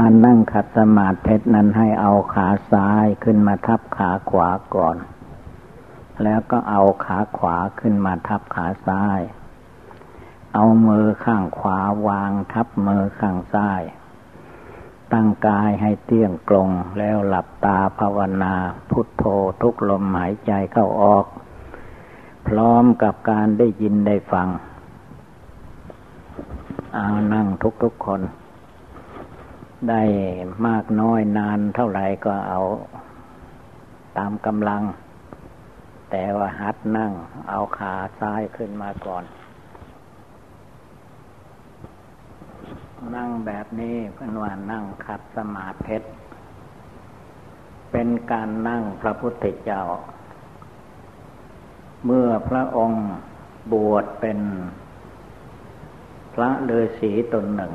การนั่งขัดสมาธินั้นให้เอาขาซ้ายขึ้นมาทับขาขวาก่อนแล้วก็เอาขาขวาขึ้นมาทับขาซ้ายเอามือข้างขวาวางทับมือข้างซ้ายตั้งกายให้เตี้ยงตรงแล้วหลับตาภาวนาพุทโธทุกลมหายใจเข้าออกพร้อมกับการได้ยินได้ฟังเอานั่งทุกคนได้มากน้อยนานเท่าไหร่ก็เอาตามกำลังแต่ว่าหัดนั่งเอาขาซ้ายขึ้นมาก่อนนั่งแบบนี้เพื่อนว่านั่งขัดสมาธิเป็นการนั่งพระพุทธเจ้าเมื่อพระองค์บวชเป็นพระฤาษีตนหนึ่ง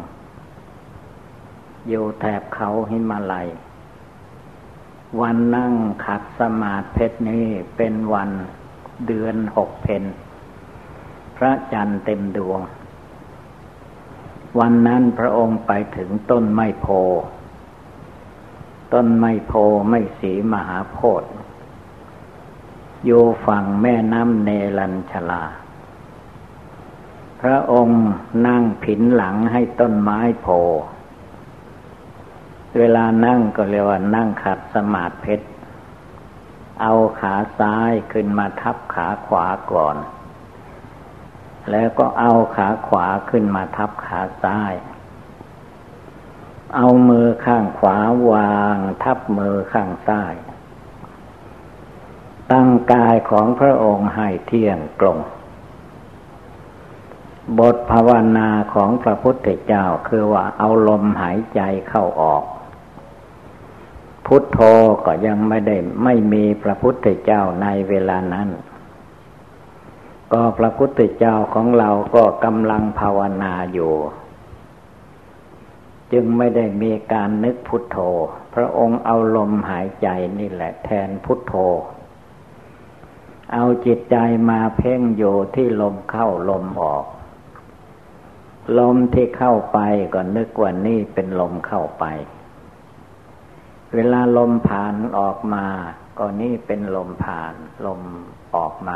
อยู่แถบเขาหิมาลัยวันนั่งขัดสมาธินี้เป็นวันเดือน6 เพ็ญพระจันทร์เต็มดวงวันนั้นพระองค์ไปถึงต้นไม้โพไม่สีมหาโพธิ์อยู่ฝั่งแม่น้ำเนรัญชลาพระองค์นั่งผินหลังให้ต้นไม้โพเวลานั่งก็เรียกว่านั่งขัดสมาธิเอาขาซ้ายขึ้นมาทับขาขวาก่อนแล้วก็เอาขาขวาขึ้นมาทับขาซ้ายเอามือข้างขวาวางทับมือข้างซ้ายตั้งกายของพระองค์ให้เที่ยงตรงบทภาวนาของพระพุทธเจ้าคือว่าเอาลมหายใจเข้าออกพุทโธก็ยังไม่มีพระพุทธเจ้าในเวลานั้นก็พระพุทธเจ้าของเราก็กำลังภาวนาอยู่จึงไม่ได้มีการนึกพุทโธพระองค์เอาลมหายใจนี่แหละแทนพุทโธเอาจิตใจมาเพ่งอยู่ที่ลมเข้าลมออกลมที่เข้าไปก็นึกว่านี่เป็นลมเข้าไปเวลาลมผ่านออกมาก็นี่เป็นลมผ่านลมออกมา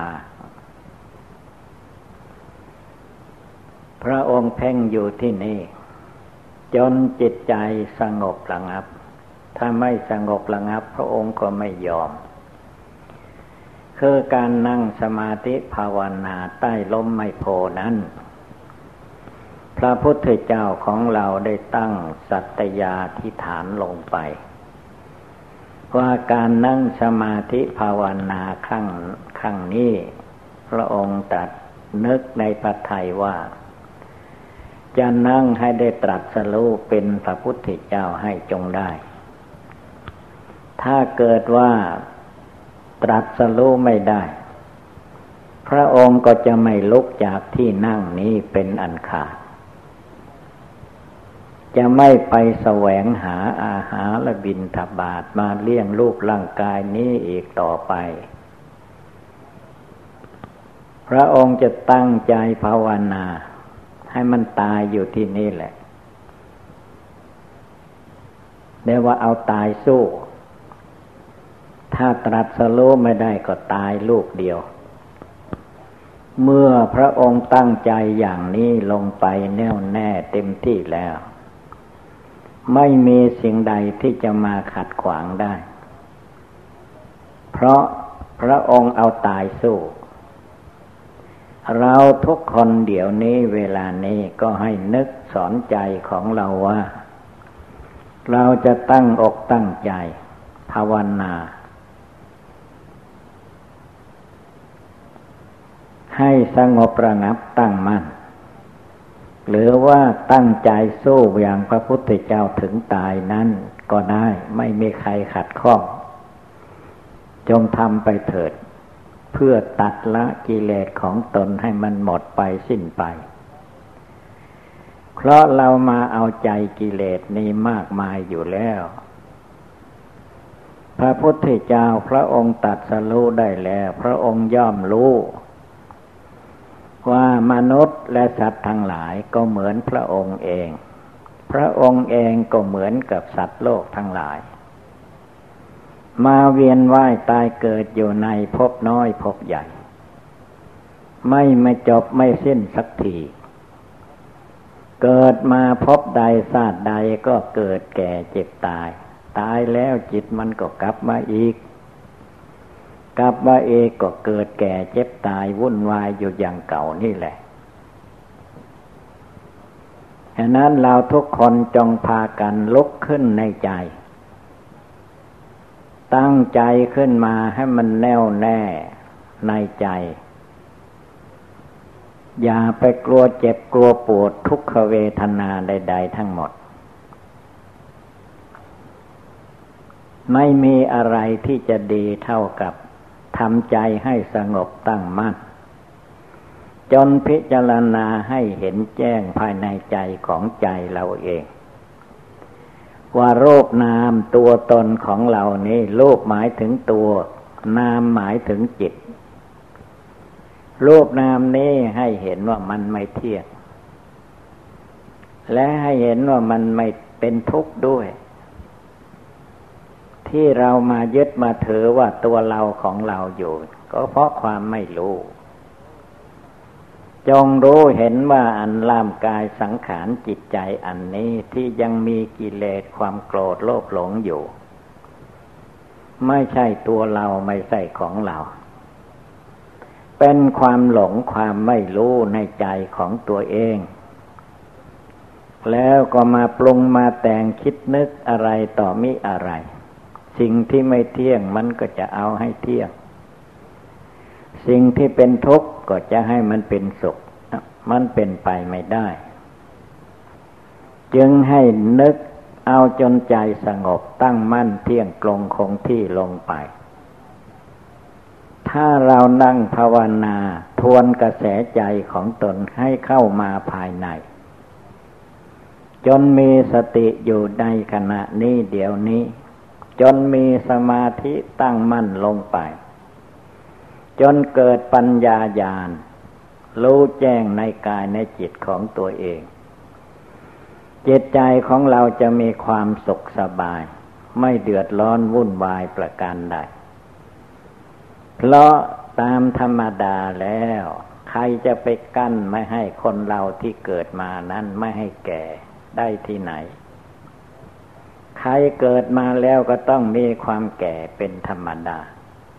พระองค์เพ่งอยู่ที่นี่จนจิตใจสงบระงับถ้าไม่สงบระงับพระองค์ก็ไม่ยอมคือการนั่งสมาธิภาวนาใต้ลมไมโพนั้นพระพุทธเจ้าของเราได้ตั้งสัตยาธิฐานลงไปว่าการนั่งสมาธิภาวนาครั้งนี้พระองค์ตรัสนึกในพระทัยว่าจะนั่งให้ได้ตรัสรู้เป็นพระพุทธเจ้าให้จงได้ถ้าเกิดว่าตรัสรู้ไม่ได้พระองค์ก็จะไม่ลุกจากที่นั่งนี้เป็นอันขาดจะไม่ไปแสวงหาอาหารและบิณฑบาตมาเลี้ยงลูกร่างกายนี้อีกต่อไปพระองค์จะตั้งใจภาวนาให้มันตายอยู่ที่นี่แหละเรียกว่าเอาตายสู้ถ้าตรัสรู้ไม่ได้ก็ตายลูกเดียวเมื่อพระองค์ตั้งใจอย่างนี้ลงไปแน่วแน่เต็มที่แล้วไม่มีสิ่งใดที่จะมาขัดขวางได้เพราะพระองค์เอาตายสู้เราทุกคนเดี๋ยวนี้เวลานี้ก็ให้นึกสอนใจของเราว่าเราจะตั้งอกตั้งใจภาวนาให้สงบระงับตั้งมั่นหรือว่าตั้งใจสู้อย่างพระพุทธเจ้าถึงตายนั้นก็ได้ไม่มีใครขัดข้องจงทำไปเถิดเพื่อตัดละกิเลสของตนให้มันหมดไปสิ้นไปเพราะเรามาเอาใจกิเลสนี้มากมายอยู่แล้วพระพุทธเจ้าพระองค์ตรัสรู้ได้แล้วพระองค์ย่อมรู้ว่ามนุษย์และสัตว์ทั้งหลายก็เหมือนพระองค์เองพระองค์เองก็เหมือนกับสัตว์โลกทั้งหลายมาเวียนว่ายตายเกิดอยู่ในภพน้อยภพใหญ่ไม่จบไม่สิ้นสักทีเกิดมาภพใดชาติใดก็เกิดแก่เจ็บตายตายแล้วจิตมันก็กลับมาอีกก็เกิดแก่เจ็บตายวุ่นวายอยู่อย่างเก่านี่แหละฉะนั้นเราทุกคนจงพากันลุกขึ้นในใจตั้งใจขึ้นมาให้มันแน่วแน่ในใจอย่าไปกลัวเจ็บกลัวปวดทุกขเวทนาใดๆทั้งหมดไม่มีอะไรที่จะดีเท่ากับทำใจให้สงบตั้งมั่นจนพิจารณาให้เห็นแจ้งภายในใจของใจเราเองว่ารูปนามตัวตนของเรานี้รูปหมายถึงตัวนามหมายถึงจิตรูปนามนี้ให้เห็นว่ามันไม่เที่ยงและให้เห็นว่ามันไม่เป็นทุกข์ด้วยที่เรามายึดมาถือว่าตัวเราของเราอยู่ก็เพราะความไม่รู้จงรู้เห็นว่าอันร่างกายสังขารจิตใจอันนี้ที่ยังมีกิเลสความโกรธโลภหลงอยู่ไม่ใช่ตัวเราไม่ใช่ของเราเป็นความหลงความไม่รู้ในใจของตัวเองแล้วก็มาปรุงมาแต่งคิดนึกอะไรต่อมิอะไรสิ่งที่ไม่เที่ยงมันก็จะเอาให้เที่ยงสิ่งที่เป็นทุกข์ก็จะให้มันเป็นสุขมันเป็นไปไม่ได้จึงให้นึกเอาจนใจสงบตั้งมั่นเที่ยงตรงคงที่ลงไปถ้าเรานั่งภาวนาทวนกระแสใจของตนให้เข้ามาภายในจนมีสติอยู่ในขณะนี้เดี๋ยวนี้จนมีสมาธิตั้งมั่นลงไปจนเกิดปัญญาญาณรู้แจ้งในกายในจิตของตัวเองจิตใจของเราจะมีความสุขสบายไม่เดือดร้อนวุ่นวายประการใดเพราะตามธรรมดาแล้วใครจะไปกั้นไม่ให้คนเราที่เกิดมานั้นไม่ให้แก่ได้ที่ไหนใครเกิดมาแล้วก็ต้องมีความแก่เป็นธรรมดา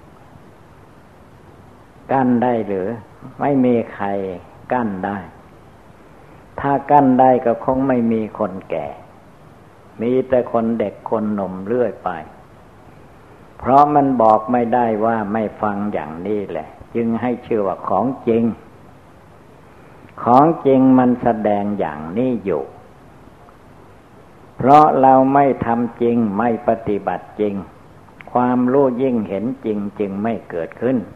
กั้นได้หรือไม่มีใครกั้นได้ถ้ากั้นได้ก็คงไม่มีคนแก่มีแต่คนเด็กคนหนุ่มเรื่อยไปเพราะมันบอกไม่ได้ว่าไม่ฟังอย่างนี้แหละจึงให้ชื่อว่าของจริงของจริงมันแสดงอย่างนี้อยู่เพราะเราไม่ทำจริงไม่ปฏิบัติจริงความรู้ยิ่งเห็นจริงจึงไม่เกิดขึ้น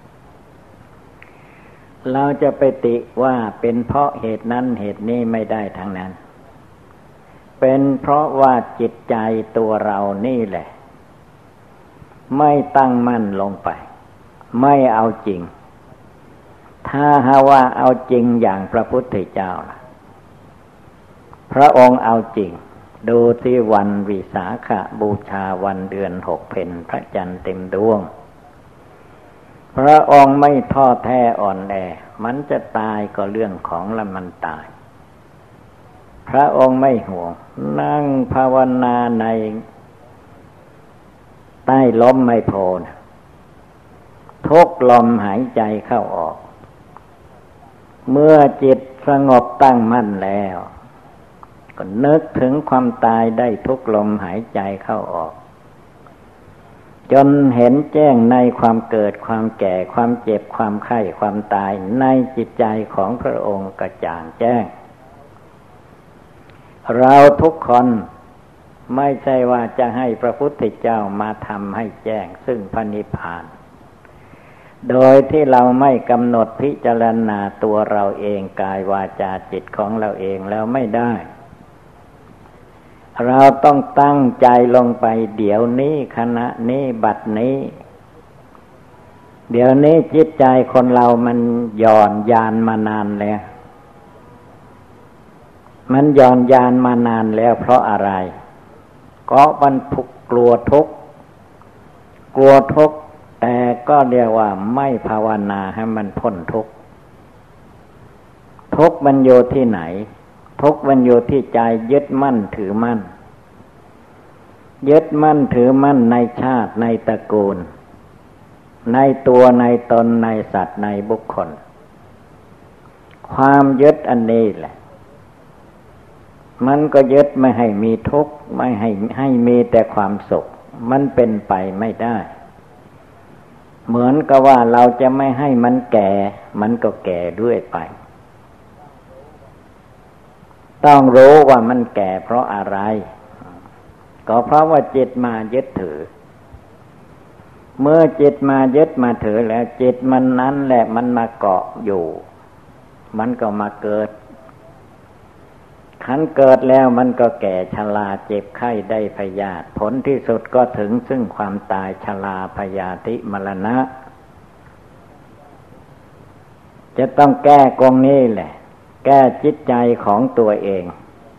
เราจะไปติว่าเป็นเพราะเหตุนั้นเหตุนี้ไม่ได้ทั้งนั้นเป็นเพราะว่าจิตใจตัวเรานี่แหละไม่ตั้งมั่นลงไปไม่เอาจริงถ้าหาว่าเอาจริงอย่างพระพุทธเจ้าล่ะพระองค์เอาจริงดูที่วันวิสาขบูชาวันเดือน6 เพ็ญพระจันทร์เต็มดวงพระองค์ไม่ท้อแท้อ่อนแอมันจะตายก็เรื่องของละมันตายพระองค์ไม่ห่วงนั่งภาวนาในใต้ลมไมโพธิ์ทุกลมหายใจเข้าออกเมื่อจิตสงบตั้งมั่นแล้วก็นึกถึงความตายได้ทุกลมหายใจเข้าออกจนเห็นแจ้งในความเกิดความแก่ความเจ็บความไข้ความตายในจิตใจของพระองค์กระจ่างแจ้งเราทุกคนไม่ใช่ว่าจะให้พระพุทธเจ้ามาทำให้แจ้งซึ่งพระนิพพานโดยที่เราไม่กำหนดพิจารณาตัวเราเองกายวาจาจิตของเราเองแล้วไม่ได้เราต้องตั้งใจลงไปเดี๋ยวนี้ขณะนี้บัดนี้เดี๋ยวนี้จิตใจคนเรามันหย่อนยานมานานแล้วมันย้อนยานมานานแล้วเพราะอะไรก็มันกลัวทุกข์กลัวทุกข์แต่ก็เรียกว่าไม่ภาวนาให้มันพ้นทุกข์ทุกข์มันอยู่ที่ไหนทุกข์มันอยู่ที่ใจยึดมั่นถือมั่นยึดมั่นถือมั่นในชาติในตระกูลในตัวในตนในสัตว์ในบุคคลความยึดอันนี้แหละมันก็ยึดไม่ให้มีทุกข์ไม่ให้มีแต่ความสุขมันเป็นไปไม่ได้เหมือนกับว่าเราจะไม่ให้มันแก่มันก็แก่ด้วยไปต้องรู้ว่ามันแก่เพราะอะไรก็เพราะว่าจิตมายึดถือเมื่อจิตมายึดมาถือแล้วจิตมันนั้นแหละมันมาเกาะอยู่มันก็มาเกิดขันเกิดแล้วมันก็แก่ชราเจ็บไข้ได้พยาธิผลที่สุดก็ถึงซึ่งความตายชราพยาธิมรณะจะต้องแก้กองนี้แหละแก้จิตใจของตัวเอง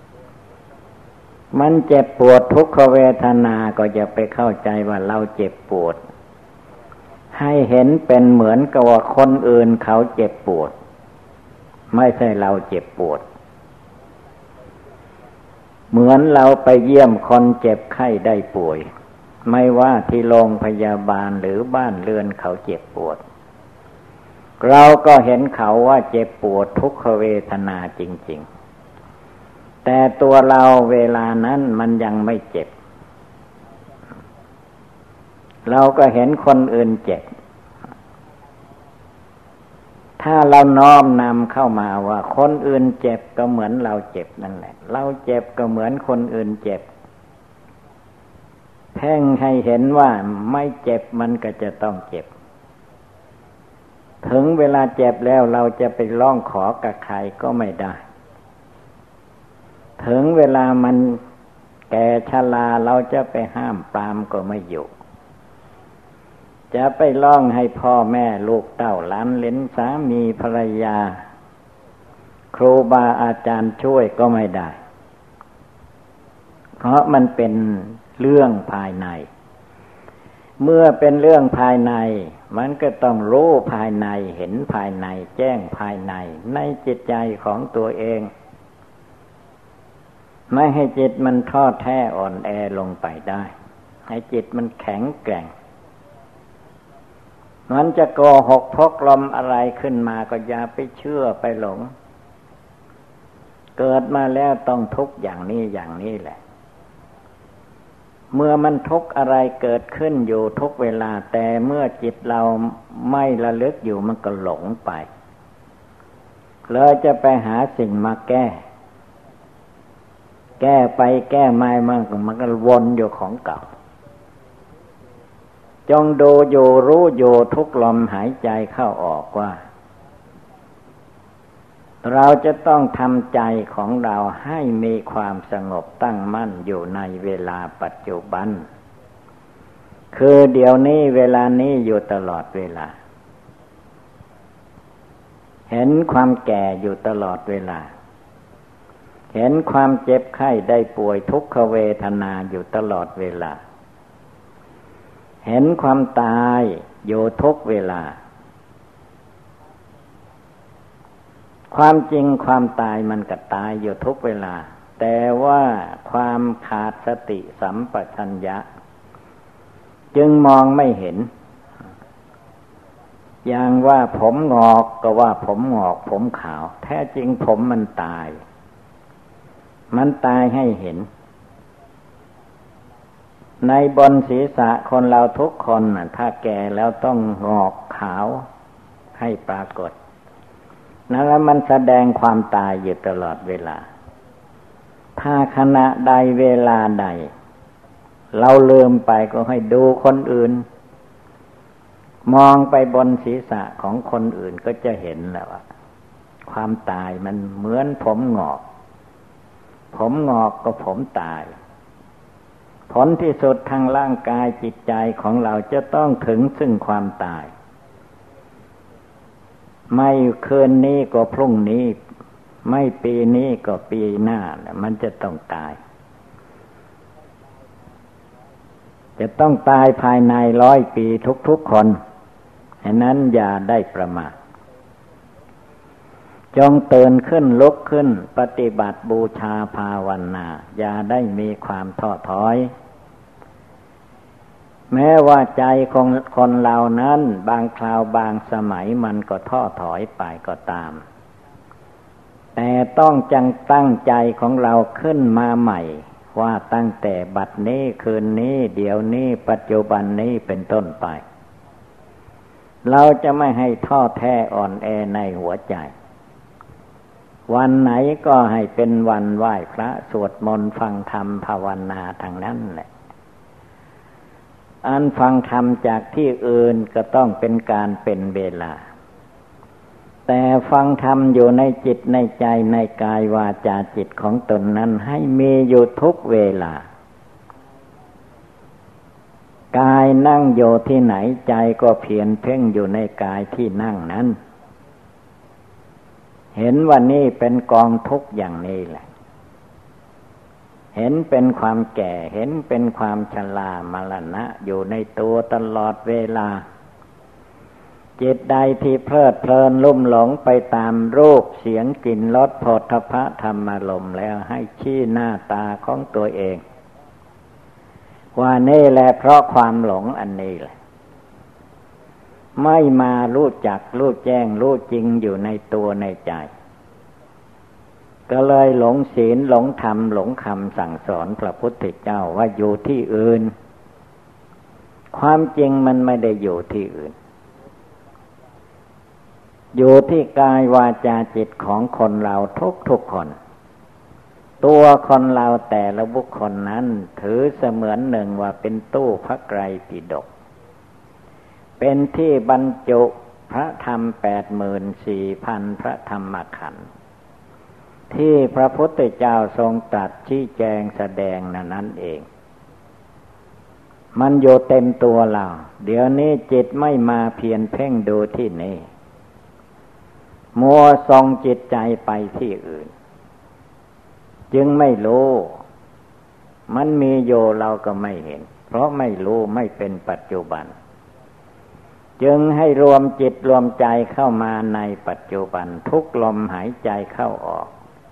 มันเจ็บปวดทุกขเวทนาก็อย่าไปเข้าใจว่าเราเจ็บปวดให้เห็นเป็นเหมือนกับว่าคนอื่นเขาเจ็บปวดไม่ใช่เราเจ็บปวดเหมือนเราไปเยี่ยมคนเจ็บไข้ได้ป่วยไม่ว่าที่โรงพยาบาลหรือบ้านเรือนเขาเจ็บปวดเราก็เห็นเขาว่าเจ็บปวดทุกขเวทนาจริงๆแต่ตัวเราเวลานั้นมันยังไม่เจ็บเราก็เห็นคนอื่นเจ็บถ้าเราน้อมนำเข้ามาว่าคนอื่นเจ็บก็เหมือนเราเจ็บนั่นแหละเราเจ็บก็เหมือนคนอื่นเจ็บเพ่งให้เห็นว่าไม่เจ็บมันก็จะต้องเจ็บถึงเวลาเจ็บแล้วเราจะไปร้องขอกับใครก็ไม่ได้ถึงเวลามันแก่ชราเราจะไปห้ามปรามก็ไม่อยู่จะไปร้องให้พ่อแม่ลูกเต้าหลานเหลนสามีภรรยาครูบาอาจารย์ช่วยก็ไม่ได้เพราะมันเป็นเรื่องภายในเมื่อเป็นเรื่องภายในมันก็ต้องรู้ภายในเห็นภายในแจ้งภายในในจิตใจของตัวเองไม่ให้จิตมันท้อแท้อ่อนแอลงไปได้ให้จิตมันแข็งแกร่งมันจะโกหกพกลมอะไรขึ้นมาก็อย่าไปเชื่อไปหลงเกิดมาแล้วต้องทุกข์อย่างนี้อย่างนี้แหละเมื่อมันทุกข์อะไรเกิดขึ้นอยู่ทุกเวลาแต่เมื่อจิตเราไม่ระลึกอยู่มันก็หลงไปเลยจะไปหาสิ่งมาแก้ไปแก้มามันก็วนอยู่ของเก่าจงดูอยู่รู้อยู่ทุกลมหายใจเข้าออกว่าเราจะต้องทำใจของเราให้มีความสงบตั้งมั่นอยู่ในเวลาปัจจุบันคือเดี๋ยวนี้เวลานี้อยู่ตลอดเวลาเห็นความแก่อยู่ตลอดเวลาเห็นความเจ็บไข้ได้ป่วยทุกขเวทนาอยู่ตลอดเวลาเห็นความตายอยู่ทุกเวลาความจริงความตายมันก็ตายอยู่ทุกเวลาแต่ว่าความขาดสติสัมปชัญญะจึงมองไม่เห็นอย่างว่าผมงอกก็ว่าผมงอกผมขาวแท้จริงผมมันตายให้เห็นในบนศีรษะคนเราทุกคนถ้าแก่แล้วต้องงอกขาวให้ปรากฏนั่นแล้วมันแสดงความตายอยู่ตลอดเวลาถ้าขณะใดเวลาใดเราลืมไปก็ให้ดูคนอื่นมองไปบนศีรษะของคนอื่นก็จะเห็นแล้วว่าความตายมันเหมือนผมงอกก็ผมตายผลที่สุดทางร่างกายจิตใจของเราจะต้องถึงซึ่งความตายไม่คืนนี้ก็พรุ่งนี้ไม่ปีนี้ก็ปีหน้ามันจะต้องตายจะต้องตายภายใน100 ปีทุกๆคนฉะนั้นอย่าได้ประมาทจงตื่นขึ้นลุกขึ้นปฏิบัติบูชาภาวนาอย่าได้มีความท้อถอยแม้ว่าใจของคนเรานั้นบางคราวบางสมัยมันก็ท้อถอยไปก็ตามแต่ต้องจังตั้งใจของเราขึ้นมาใหม่ว่าตั้งแต่บัดนี้คืนนี้เดี๋ยวนี้ปัจจุบันนี้เป็นต้นไปเราจะไม่ให้ท้อแท้อ่อนแอในหัวใจวันไหนก็ให้เป็นวันไหว้พระสวดมนต์ฟังธรรมภาวนาทางนั้นแหละอันฟังธรรมจากที่อื่นก็ต้องเป็นการเป็นเวลาแต่ฟังธรรมอยู่ในจิตในใจในกายวาจาจิตของตนนั้นให้มีอยู่ทุกเวลากายนั่งอยู่ที่ไหนใจก็เพียรเพ่งอยู่ในกายที่นั่งนั้นเห็นว่านี่เป็นกองทุกข์อย่างนี้แหละเห็นเป็นความแก่เห็นเป็นความชรามรณะอยู่ในตัวตลอดเวลาจิตใดที่เพลิดเพลินลุ่มหลงไปตามรูปเสียงกลิ่นรสโผฏฐัพพะธรรมารมณ์แล้วให้ชี้หน้าตาของตัวเองว่านี่แหละเพราะความหลงอันนี้แหละไม่มารู้จักรู้แจ้งรู้จริงอยู่ในตัวในใจก็เลยหลงศีลหลงธรรมหลงคำสั่งสอนพระพุทธเจ้าว่าอยู่ที่อื่นความจริงมันไม่ได้อยู่ที่อื่นอยู่ที่กายวาจาจิตของคนเราทุกคนตัวคนเราแต่ละบุคคลนั้นถือเสมือนหนึ่งว่าเป็นตู้พระไตรปิฎกเป็นที่บรรจุพระธรรม 84,000 พระธรรมขันธ์ที่พระพุทธเจ้าทรงตรัสชี้แจงแสดงนั่นเองมันอยู่เต็มตัวเราเดี๋ยวนี้จิตไม่มาเพียรเพ่งดูที่นี่มัวส่งจิตใจไปที่อื่นจึงไม่รู้มันมีอยู่เราก็ไม่เห็นเพราะไม่รู้ไม่เป็นปัจจุบันจึงให้รวมจิตรวมใจเข้ามาในปัจจุบันทุกลมหายใจเข้าออก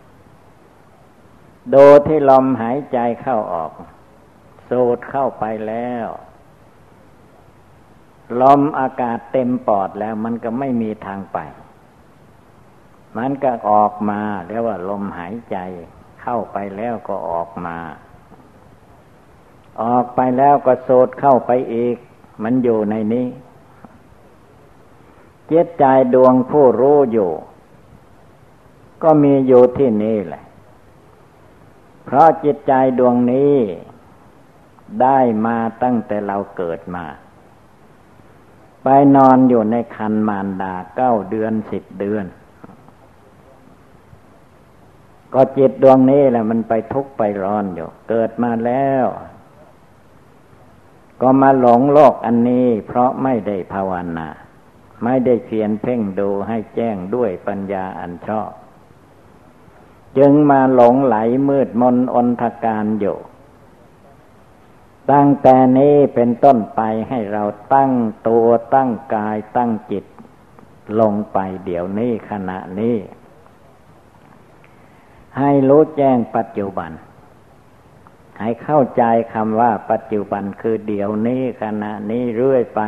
ดูที่ลมหายใจเข้าออกสูดเข้าไปแล้วลมอากาศเต็มปอดแล้วมันก็ไม่มีทางไปมันก็ออกมาเรียกว่าลมหายใจเข้าไปแล้วก็ออกมาออกไปแล้วก็สูดเข้าไปอีกมันอยู่ในนี้จิตใจดวงผู้รู้อยู่ก็มีอยู่ที่นี่แหละเพราะจิตใจดวงนี้ได้มาตั้งแต่เราเกิดมาไปนอนอยู่ในครรภ์มารดา9 เดือน10 เดือนก็จิตดวงนี้แหละมันไปทุกข์ไปร้อนอยู่เกิดมาแล้วก็มาหลงโลกอันนี้เพราะไม่ได้ภาวนาไม่ได้เพียรเพ่งดูให้แจ้งด้วยปัญญาอันชอบจึงมาหลงไหลมืดมนอนทการอยู่ตั้งแต่นี้เป็นต้นไปให้เราตั้งตัวตั้งกายตั้งจิตลงไปเดี๋ยวนี้ขณะนี้ให้รู้แจ้งปัจจุบันให้เข้าใจคำว่าปัจจุบันคือเดี๋ยวนี้ขณะนี้เรื่อยไป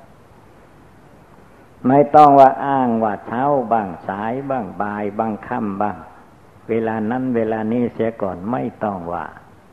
ไม่ต้องว่าอ้างว่าเช้าบ้างสายบ้างบ่ายบ้างค่ำบ้างเวลานั้นเวลานี้เสียก่อนไม่ต้องว่า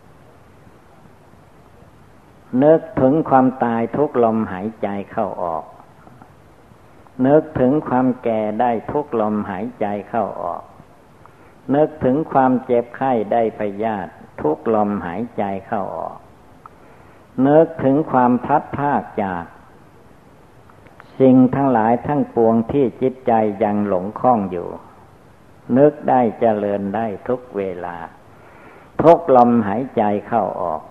นึกถึงความตายทุกลมหายใจเข้าออกนึกถึงความแก่ได้ทุกลมหายใจเข้าออกนึกถึงความเจ็บไข้ได้พยาธิทุกลมหายใจเข้าออกนึกถึงความพลัดพรากจากสิ่งทั้งหลายทั้งปวงที่จิตใจยังหลงคล้องอยู่นึกได้เจริญได้ทุกเวลาทุกลมหายใจเข้าออก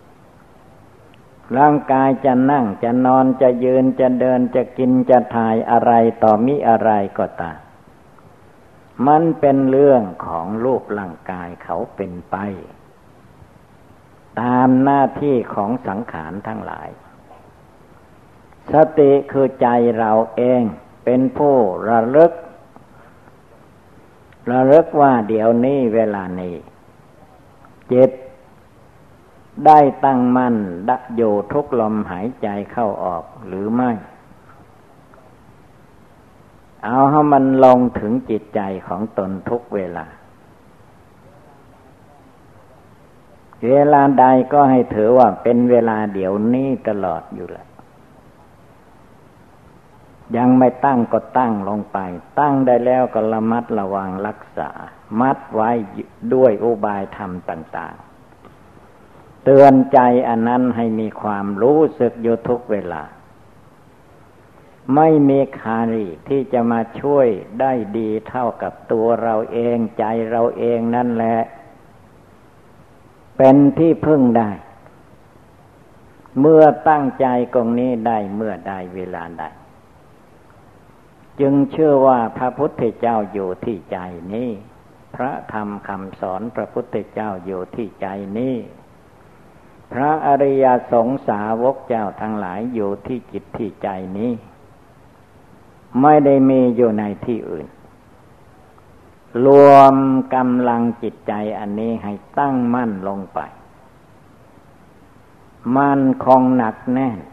ร่างกายจะนั่งจะนอนจะยืนจะเดินจะกินจะถ่ายอะไรต่อมิอะไรก็ตามมันเป็นเรื่องของรูปร่างกายเขาเป็นไปตามหน้าที่ของสังขารทั้งหลายสติคือใจเราเองเป็นผู้ระลึกว่าเดี๋ยวนี้เวลานี้จิตได้ตั้งมั่นดักอยู่ทุกลมหายใจเข้าออกหรือไม่เอาให้มันลงถึงจิตใจของตนทุกเวลาใดก็ให้ถือว่าเป็นเวลาเดี๋ยวนี้ตลอดอยู่แหละยังไม่ตั้งก็ตั้งลงไปตั้งได้แล้วก็ระมัดระวังรักษามัดไว้ด้วยอุบายธรรมต่างๆเตือนใจอันนั้นให้มีความรู้สึกอยู่ทุกเวลาไม่มีใครที่จะมาช่วยได้ดีเท่ากับตัวเราเองใจเราเองนั่นแหละเป็นที่พึ่งได้เมื่อตั้งใจตรงนี้ได้เมื่อใดเวลาใดจึงเชื่อว่าพระพุทธเจ้าอยู่ที่ใจนี้พระธรรมคำสอนพระพุทธเจ้าอยู่ที่ใจนี้พระอริยสงฆ์สาวกเจ้าทั้งหลายอยู่ที่จิตที่ใจนี้ไม่ได้มีอยู่ในที่อื่นรวมกำลังจิตใจอันนี้ให้ตั้งมั่นลงไปมั่นคงหนักแน่น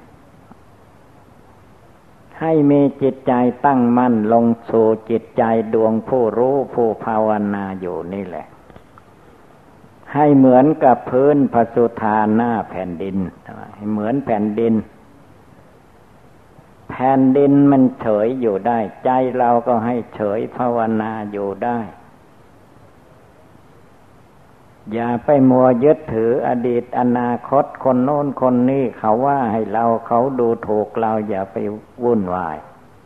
ให้มีจิตใจตั้งมั่นลงสู่จิตใจดวงผู้รู้ผู้ภาวนาอยู่นี่แหละให้เหมือนกับพื้นพระสุธาหน้าแผ่นดินให้เหมือนแผ่นดินแผ่นดินมันเฉยอยู่ได้ใจเราก็ให้เฉยภาวนาอยู่ได้อย่าไปมัวยึดถืออดีตอนาคตคนโน้นคนนี้เขาว่าให้เราเขาดูถูกเราอย่าไปวุ่นวาย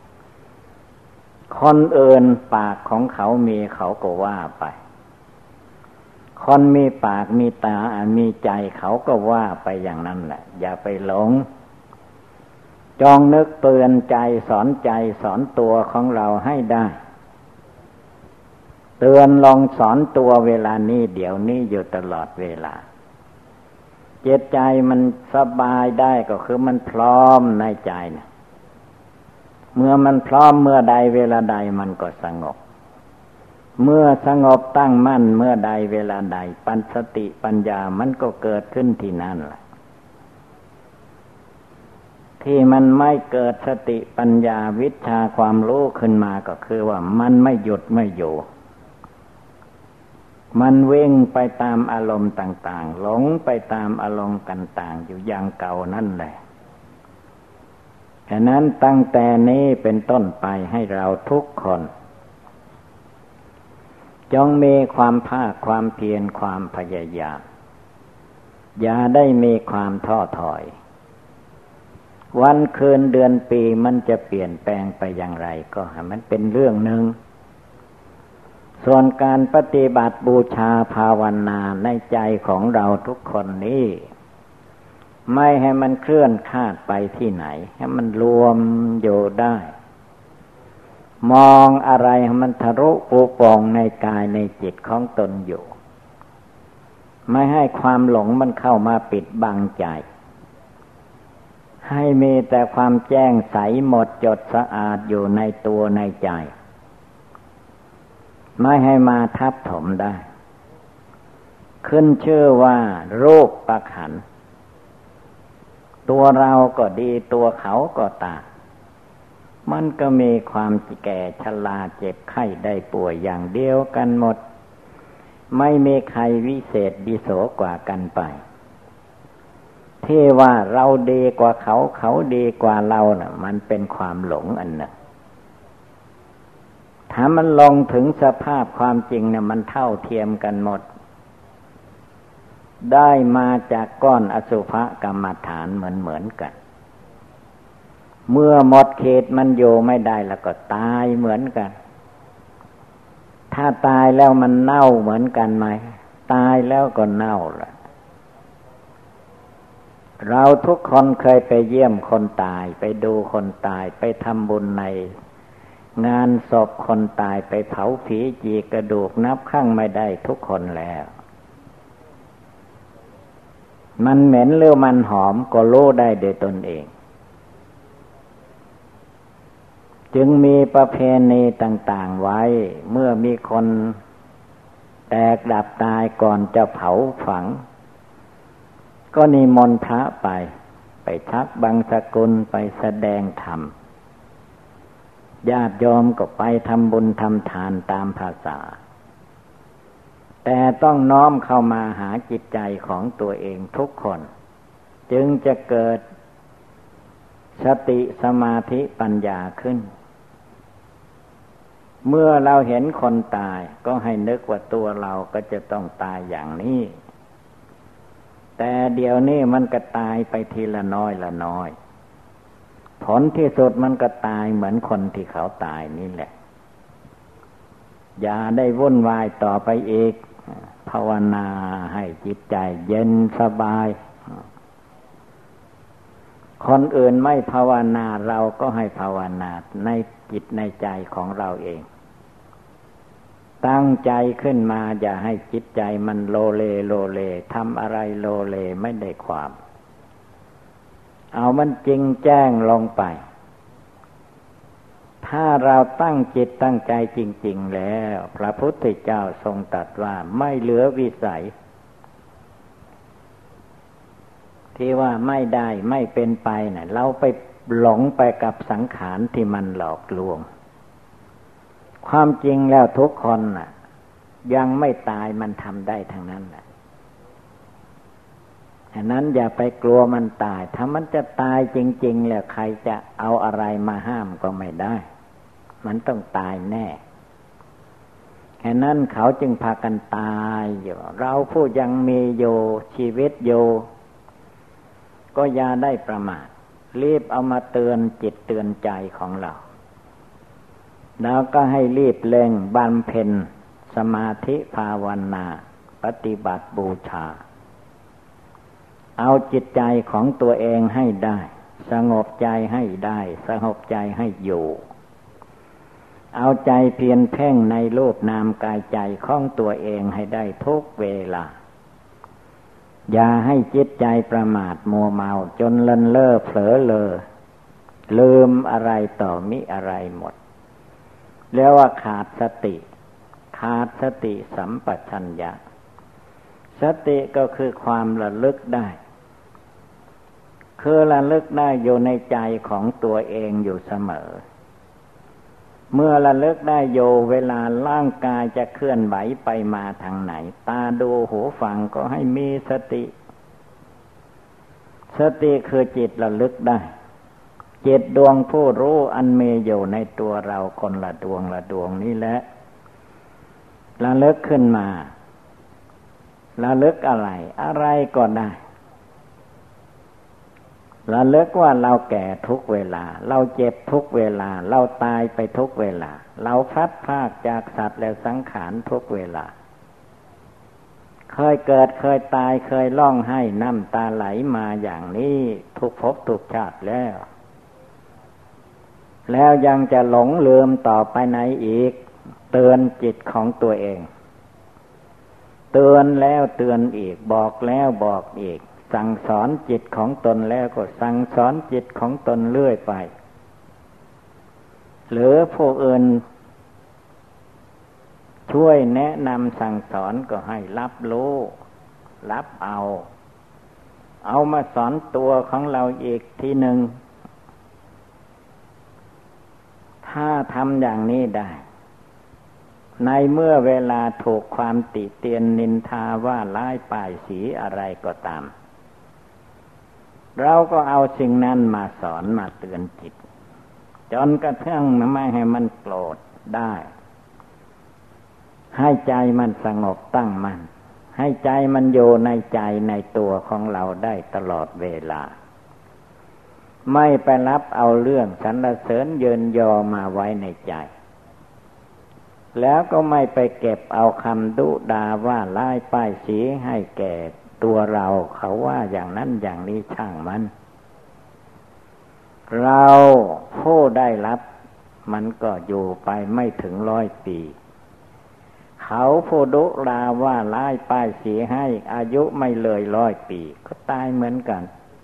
คนอื่นปากของเขามีเขาก็ว่าไปคนมีปากมีตามีใจเขาก็ว่าไปอย่างนั้นแหละอย่าไปหลงจงนึกเตือนใจสอนใจสอนตัวของเราให้ได้เตือนลองสอนตัวเวลานี้เดี๋ยวนี้อยู่ตลอดเวลาจิตใจมันสบายได้ก็คือมันพร้อมในใจนะเมื่อมันพร้อมเมื่อใดเวลาใดมันก็สงบเมื่อสงบตั้งมั่นเมื่อใดเวลาใดปัญสติปัญญามันก็เกิดขึ้นที่นั่นแหละที่มันไม่เกิดสติปัญญาวิชาความรู้ขึ้นมาก็คือว่ามันไม่หยุดไม่อยู่มันเว่งไปตามอารมณ์ต่างๆหลงไปตามอารมณ์ต่างๆอยู่อย่างเก่านั่นแหละฉะนั้นตั้งแต่นี้เป็นต้นไปให้เราทุกคนจงมีความภาคความเพียรความพยายามอย่าได้มีความท้อถอยวันคืนเดือนปีมันจะเปลี่ยนแปลงไปอย่างไรก็ให้มันเป็นเรื่องหนึ่งส่วนการปฏิบัติบูชาภาวนาในใจของเราทุกคนนี้ไม่ให้มันเคลื่อนคลาดไปที่ไหนให้มันรวมอยู่ได้มองอะไรให้มันทะลุปูปองในกายในจิตของตนอยู่ไม่ให้ความหลงมันเข้ามาปิดบังใจให้มีแต่ความแจ้งใสหมดจดสะอาดอยู่ในตัวในใจไม่ให้มาทับถมได้ขึ้นชื่อว่ารูปประขันตัวเราก็ดีตัวเขาก็ตามมันก็มีความแก่ชราเจ็บไข้ได้ป่วยอย่างเดียวกันหมดไม่มีใครวิเศษวิโสกว่ากันไปที่ว่าเราดีกว่าเขาเขาดีกว่าเราน่ะมันเป็นความหลงอันหนึ่งถ้ามันลงถึงสภาพความจริงเนี่ยมันเท่าเทียมกันหมดได้มาจากก้อนอสุภกรรมฐานเหมือนกันเมื่อหมดเขตมันอยู่ไม่ได้แล้วก็ตายเหมือนกันถ้าตายแล้วมันเน่าเหมือนกันไหมตายแล้วก็เน่าละเราทุกคนเคยไปเยี่ยมคนตายไปดูคนตายไปทำบุญในงานศพคนตายไปเผาผีจีกระดูกนับข้างไม่ได้ทุกคนแล้วมันเหม็นหรือมันหอมก็รู้ได้โดยตนเองจึงมีประเพณีต่างๆไว้เมื่อมีคนแตกดับตายก่อนจะเผาฝังก็นิมนต์พระไปชักบังสกุลไปแสดงธรรมญาติโยมก็ไปทำบุญทำทานตามภาษาแต่ต้องน้อมเข้ามาหาจิตใจของตัวเองทุกคนจึงจะเกิดสติสมาธิปัญญาขึ้นเมื่อเราเห็นคนตายก็ให้นึกว่าตัวเราก็จะต้องตายอย่างนี้แต่เดี๋ยวนี้มันก็ตายไปทีละน้อยละน้อยผลที่สุดมันก็ตายเหมือนคนที่เขาตายนี่แหละอย่าได้วุ่นวายต่อไปอีกภาวนาให้จิตใจเย็นสบายคนอื่นไม่ภาวนาเราก็ให้ภาวนาในจิตในใจของเราเองตั้งใจขึ้นมาอย่าให้จิตใจมันโลเลทำอะไรโลเลไม่ได้ความเอามันจริงแจ้งลงไปถ้าเราตั้งจิตตั้งใจจริงๆแล้วพระพุทธเจ้าทรงตรัสว่าไม่เหลือวิสัยที่ว่าไม่ได้ไม่เป็นไปน่ะเราไปหลงไปกับสังขารที่มันหลอกลวงความจริงแล้วทุกคนน่ะยังไม่ตายมันทำได้ทั้งนั้นแหละฉะนั้นอย่าไปกลัวมันตายถ้ามันจะตายจริงๆแล้วใครจะเอาอะไรมาห้ามก็ไม่ได้มันต้องตายแน่ฉะนั้นเขาจึงพากันตายอยู่เราผู้ยังมีอยู่ชีวิตอยู่ก็อย่าได้ประมาทรีบเอามาเตือนจิตเตือนใจของเราแล้วก็ให้รีบเร่งบำเพ็ญสมาธิภาวนาปฏิบัติบูชาเอาจิตใจของตัวเองให้ได้สงบใจให้ได้สงบใจให้อยู่เอาใจเพียรเพ่งในรูปนามกายใจของตัวเองให้ได้ทุกเวลาอย่าให้จิตใจประมาทมัวเมาจนเลินเล่อเผลอเลอลืมอะไรต่อมิอะไรหมดเรียกว่าขาดสติสัมปชัญญะสติก็คือความระลึกได้คือระลึกได้อยู่ในใจของตัวเองอยู่เสมอเมื่อระลึกได้อยู่เวลาร่างกายจะเคลื่อนไหวไปมาทางไหนตาดูหูฟังก็ให้มีสติคือจิตระลึกได้จิตดวงผู้รู้อันมีอยู่ในตัวเราคนละดวงนี้แหละระลึกขึ้นมาระลึกอะไรก็ได้ระลึกว่าเราแก่ทุกเวลาเราเจ็บทุกเวลาเราตายไปทุกเวลาเราพลัดพรากจากสัตว์และสังขารทุกเวลาเคยเกิดเคยตายเคยร้องไห้น้ำตาไหลมาอย่างนี้ทุกภพทุกชาติแล้วยังจะหลงลืมต่อไปไหนอีกเตือนจิตของตัวเองเตือนแล้วเตือนอีกบอกแล้วบอกอีกสั่งสอนจิตของตนแล้วก็สั่งสอนจิตของตนเรื่อยไปหรือผู้อื่นช่วยแนะนำสั่งสอนก็ให้รับรู้รับเอามาสอนตัวของเราอีกทีหนึ่งถ้าทำอย่างนี้ได้ในเมื่อเวลาถูกความติเตียนนินทาว่าร้ายป้ายสีอะไรก็ตามเราก็เอาสิ่งนั้นมาสอนมาเตือนจิตจนกระทั่งไม่ให้มันโกรธได้ให้ใจมันสงบตั้งมั่นให้ใจมันอยู่ในใจในตัวของเราได้ตลอดเวลาไม่ไปรับเอาเรื่องสรรเสริญเยินยอมาไว้ในใจแล้วก็ไม่ไปเก็บเอาคำดุด่าว่าร้ายป้ายสีให้แก่ตัวเราเขาว่าอย่างนั้นอย่างนี้ช่างมันเราผู้ได้รับมันก็อยู่ไปไม่ถึง100 ปีเขาผู้ดุราว่าร้ายป้ายสีให้อายุไม่เลย100 ปีก็ตายเหมือนกัน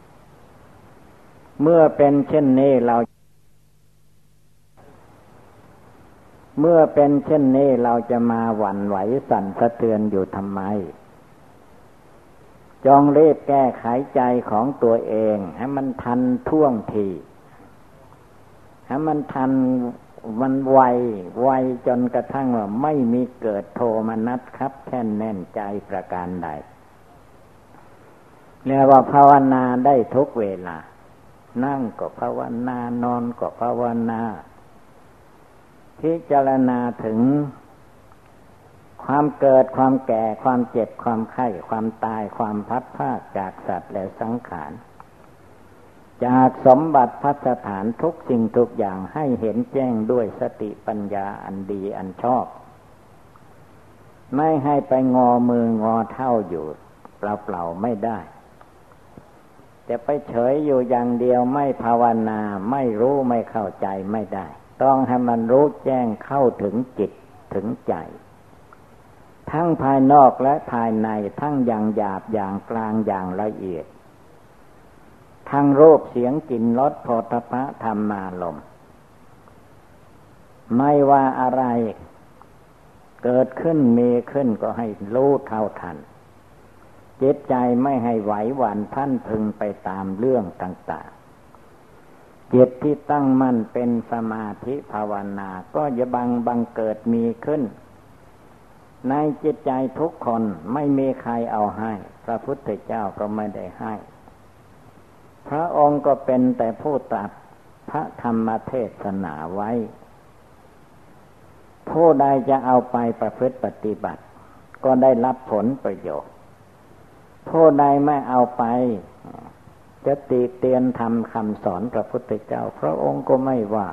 เมื่อเป็นเช่นนี้เราจะมาหวั่นไหวสั่นสะเทือนอยู่ทำไมจงรีบแก้ไขใจของตัวเองให้มันทันท่วงทีให้มันทันมันไวจนกระทั่งว่าไม่มีเกิดโทมนัสครับแค่นแน่นใจประการใดเรียกว่าภาวนาได้ทุกเวลานั่งก็ภาวนานอนก็ภาวนาพิจารณาถึงความเกิดความแก่ความเจ็บความไข้ความตายความพัดพรากจากสัตว์และสังขารจากสมบัติพัสถานทุกสิ่งทุกอย่างให้เห็นแจ้งด้วยสติปัญญาอันดีอันชอบไม่ให้ไปงอมืองอเท้าอยู่เปล่าๆไม่ได้จะไปเฉยอยู่อย่างเดียวไม่ภาวนาไม่รู้ไม่เข้าใจไม่ได้ต้องให้มันรู้แจ้งเข้าถึงจิตถึงใจทั้งภายนอกและภายในทั้งอย่างหยาบอย่างกลางอย่างละเอียดทั้งรูปเสียงกลิ่นรสโผฏฐัพพะธรรมารมณ์ไม่ว่าอะไรเกิดขึ้นมีขึ้นก็ให้รู้เท่าทันจิตใจไม่ให้ไหวหวั่นพลันพรึงไปตามเรื่องต่างๆจิตที่ตั้งมั่นเป็นสมาธิภาวนาก็อย่าบังเกิดมีขึ้นในจิตใจทุกคนไม่มีใครเอาให้พระพุทธเจ้าก็ไม่ได้ให้พระองค์ก็เป็นแต่ผู้ตรัสพระธรรมเทศนาไว้ผู้ใดจะเอาไปประพฤติปฏิบัติก็ได้รับผลประโยชน์ผู้ใดไม่เอาไปจะติเตียนทำคำสอนพระพุทธเจ้าพระองค์ก็ไม่ว่า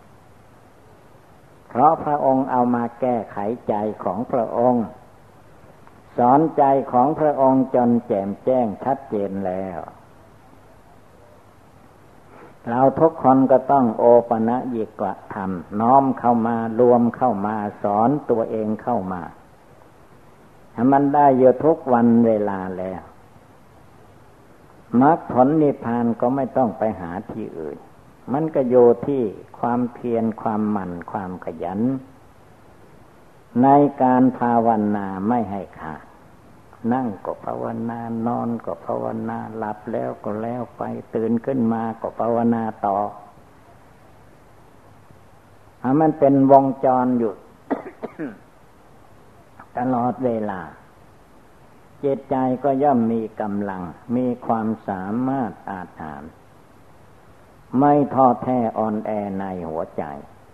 เพราะพระองค์เอามาแก้ไขใจของพระองค์สอนใจของพระองค์จนแจ่มแจ้งชัดเจนแล้วเราทุกคนก็ต้องโอปนยิกะธรรมน้อมเข้ามารวมเข้ามาสอนตัวเองเข้ามาให้มันได้อยู่ทุกวันเวลาแล้วมรรคผลนิพพานก็ไม่ต้องไปหาที่อื่นมันก็อยู่ที่ความเพียรความหมั่นความขยันในการภาวนาไม่ให้ขาดนั่งก็ภาวนานอนก็ภาวนาหลับแล้วก็แล้วไปตื่นขึ้นมาก็ภาวนาต่อมันเป็นวงจรอยู่ ตลอดเวลาจิตใจก็ย่อมมีกำลังมีความสามารถอาจหาญไม่ท้อแท้อ่อนแอในหัวใจ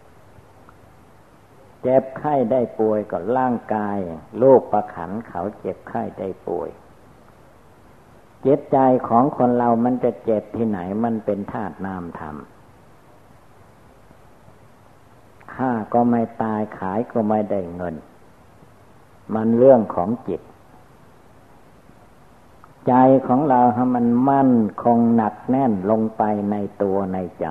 เจ็บไข้ได้ป่วยก็ร่างกายโรคประขันเขาเจ็บไข้ได้ป่วยจิตใจของคนเรามันจะเจ็บที่ไหนมันเป็นธาตุนามธรรมฆ่าก็ไม่ตายขายก็ไม่ได้เงินมันเรื่องของจิตใจของเราให้มันมั่นคงหนักแน่นลงไปในตัวในใจ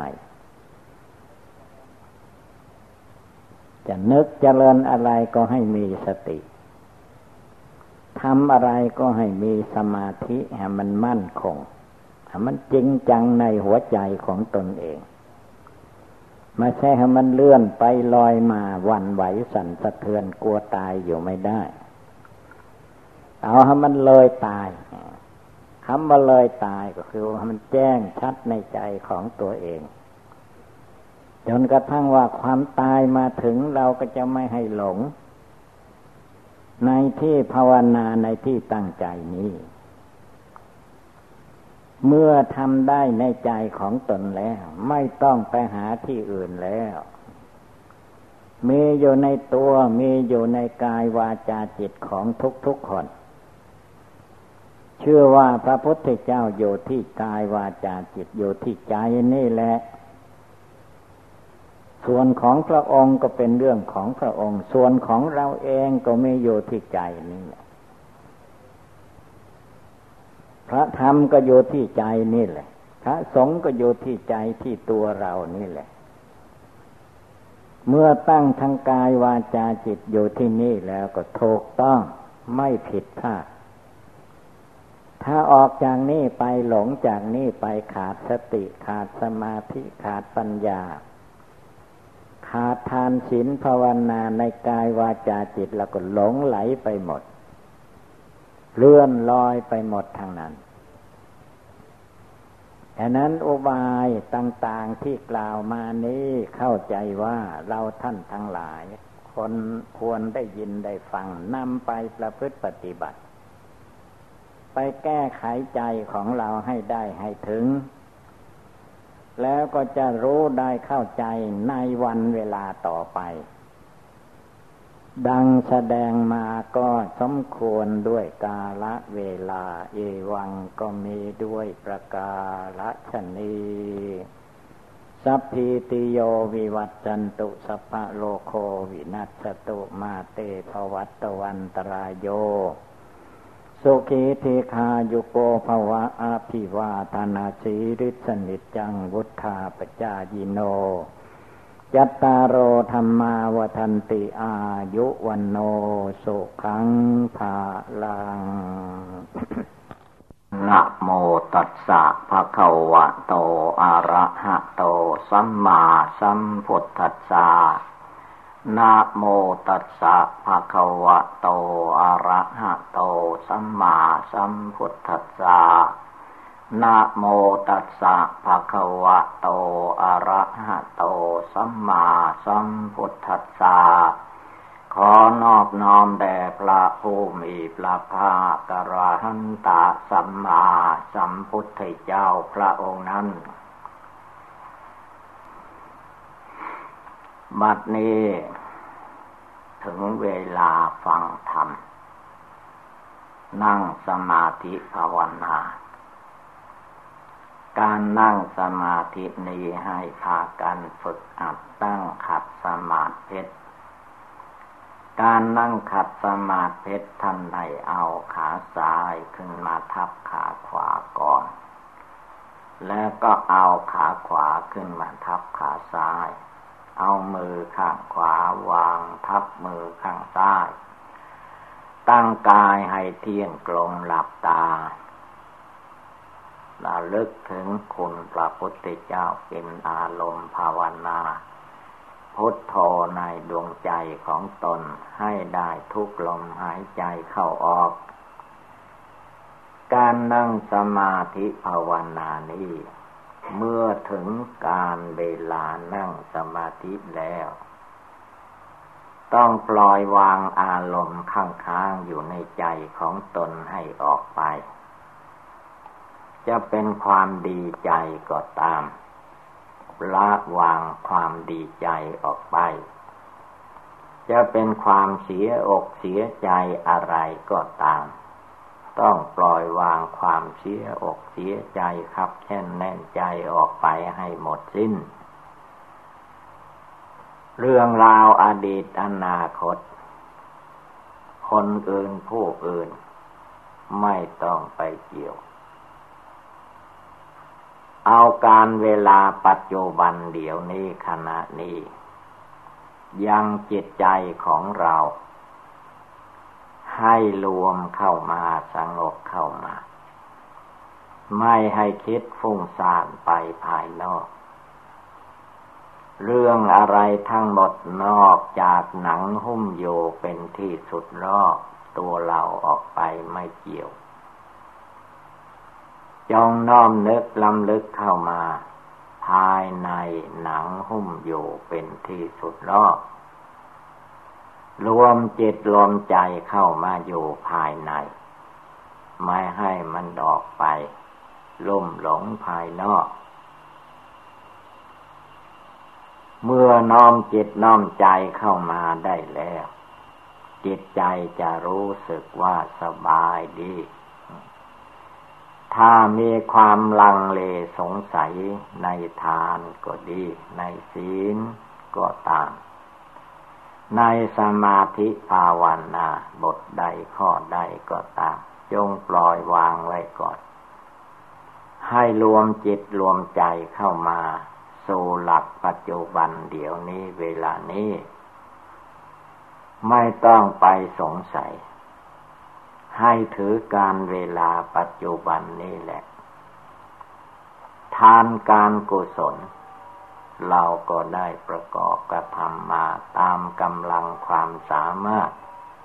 จะนึกเจริญอะไรก็ให้มีสติทำอะไรก็ให้มีสมาธิให้มันมั่นคงให้มันจริงจังในหัวใจของตนเองไม่ใช่ให้มันเลื่อนไปลอยมาหวั่นไหวสั่นสะเทือนกลัวตายอยู่ไม่ได้เอาให้มันเลยตายคำว่าเลยตายก็คือให้มันแจ้งชัดในใจของตัวเองจนกระทั่งว่าความตายมาถึงเราก็จะไม่ให้หลงในที่ภาวนาในที่ตั้งใจนี้เมื่อทำได้ในใจของตนแล้วไม่ต้องไปหาที่อื่นแล้วมีอยู่ในตัวมีอยู่ในกายวาจาจิตของทุกๆคนเชื่อว่าพระพุทธเจ้าอยู่ที่กายวาจาจิตอยู่ที่ใจนี่แหละส่วนของพระองค์ก็เป็นเรื่องของพระองค์ส่วนของเราเองก็มีอยู่ที่ใจนี่แหละพระธรรมก็อยู่ที่ใจนี่แหละพระสงฆ์ก็อยู่ที่ใจที่ตัวเรานี่แหละเมื่อตั้งทั้งกายวาจาจิตอยู่ที่นี่แล้วก็ถูกต้องไม่ผิดพลาดถ้าออกจากนี้ไปหลงจากนี้ไปขาดสติขาดสมาธิขาดปัญญาขาดทานศีลภาวนาในกายวาจาจิตแล้วก็หลงไหลไปหมดเลื่อนลอยไปหมดทางนั้นฉะนั้นอุบายต่างๆที่กล่าวมานี้เข้าใจว่าเราท่านทั้งหลายคนควรได้ยินได้ฟังนำไปประพฤติปฏิบัติไปแก้ไขใจของเราให้ได้ให้ถึงแล้วก็จะรู้ได้เข้าใจในวันเวลาต่อไปดังแสดงมาก็สมควรด้วยกาลเวลาเอวังก็มีด้วยประกาศนีสัพพิติโยวิวัตชันตุสัพพะโลกโควินัสสตุมาเตภวัตวันตรายโยสุขีเทคายุโกภวะอภิวาทนาสีริสนิจจังวุธาปจายิโนยัตตารโอธรรมาวทันติอายุวันโนสุขังภาลังนะโมตัสสะภะคะวะโตอะระหะโตสัมมาสัมพุทธัสสะนะโมตัสสะภะคะวะโตอะระหะโตสัมมาสัมพุทธัสสะนะโมตัสสะภะคะวะโตอะระหะโตสัมมาสัมพุทธัสสะขอนอบน้อมแด่พระผู้มีพระภาคอรหันตสัมมาสัมพุทธเจ้าพระองค์นั้นบัดนี้ถึงเวลาฟังธรรมนั่งสมาธิภาวนาการนั่งสมาธินี้ให้พากันฝึกหัดตั้งขัดสมาธิการนั่งขัดสมาธิท่านให้เอาขาซ้ายขึ้นมาทับขาขวาก่อนแล้วก็เอาขาขวาขึ้นมาทับขาซ้ายเอามือข้างขวาวางทับมือข้างซ้ายตั้งกายให้เที่ยงตรงหลับตาระลึกถึงคุณพระพุทธเจ้าเป็นอารมณ์ภาวนาพุทโธในดวงใจของตนให้ได้ทุกลมหายใจเข้าออกการนั่งสมาธิภาวนานี้เมื่อถึงการเวลานั่งสมาธิแล้วต้องปล่อยวางอารมณ์ค้างๆอยู่ในใจของตนให้ออกไปจะเป็นความดีใจก็ตามละวางความดีใจออกไปจะเป็นความเสียอกเสียใจอะไรก็ตามต้องปล่อยวางความเสียอกเสียใจครับแค่นแน่นใจออกไปให้หมดสิ้นเรื่องราวอดีตอนาคตคนอื่นผู้อื่นไม่ต้องไปเกี่ยวเอาการเวลาปัจจุบันเดี๋ยวนี้ขณะนี้ยังจิตใจของเราให้รวมเข้ามาสงบเข้ามาไม่ให้คิดฟุ้งซ่านไปภายนอกเรื่องอะไรทั้งหมดนอกจากหนังหุ้มโยเป็นที่สุดรอบตัวเราออกไปไม่เกี่ยวจงน้อมนึกลำลึกเข้ามาภายในหนังหุ้มอยู่เป็นที่สุดรอบรวมจิตรวมใจเข้ามาอยู่ภายในไม่ให้มันออกไปลุ่มหลงภายนอกเมื่อน้อมจิตน้อมใจเข้ามาได้แล้วจิตใจจะรู้สึกว่าสบายดีถ้ามีความลังเลสงสัยในทานก็ดีในศีลก็ตามในสมาธิภาวนาบทใดข้อใดก็ตามจงปล่อยวางไว้ก่อนให้รวมจิตรวมใจเข้ามาสสู่หลักปัจจุบันเดี๋ยวนี้เวลานี้ไม่ต้องไปสงสัยให้ถือการเวลาปัจจุบันนี้แหละทานการกุศลเราก็ได้ประกอบกระทำมาตามกำลังความสามารถ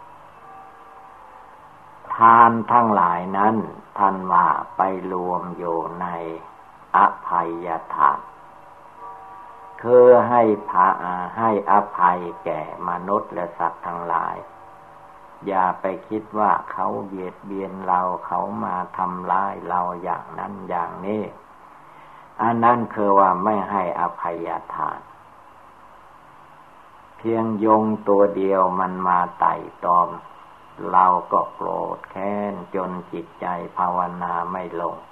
ทานทั้งหลายนั้นท่านว่าไปรวมอยู่ในอภัยทานคือให้อภัยแก่มนุษย์และสัตว์ทั้งหลายอย่าไปคิดว่าเขาเบียดเบียนเราเขามาทำร้ายเราอย่างนั้นอย่างนี้อันนั้นคือว่าไม่ให้อภัยทานเพียงยงตัวเดียวมันมาไต่ตอมเราก็โกรธแค้นจนจิตใจภาวนาไม่ลง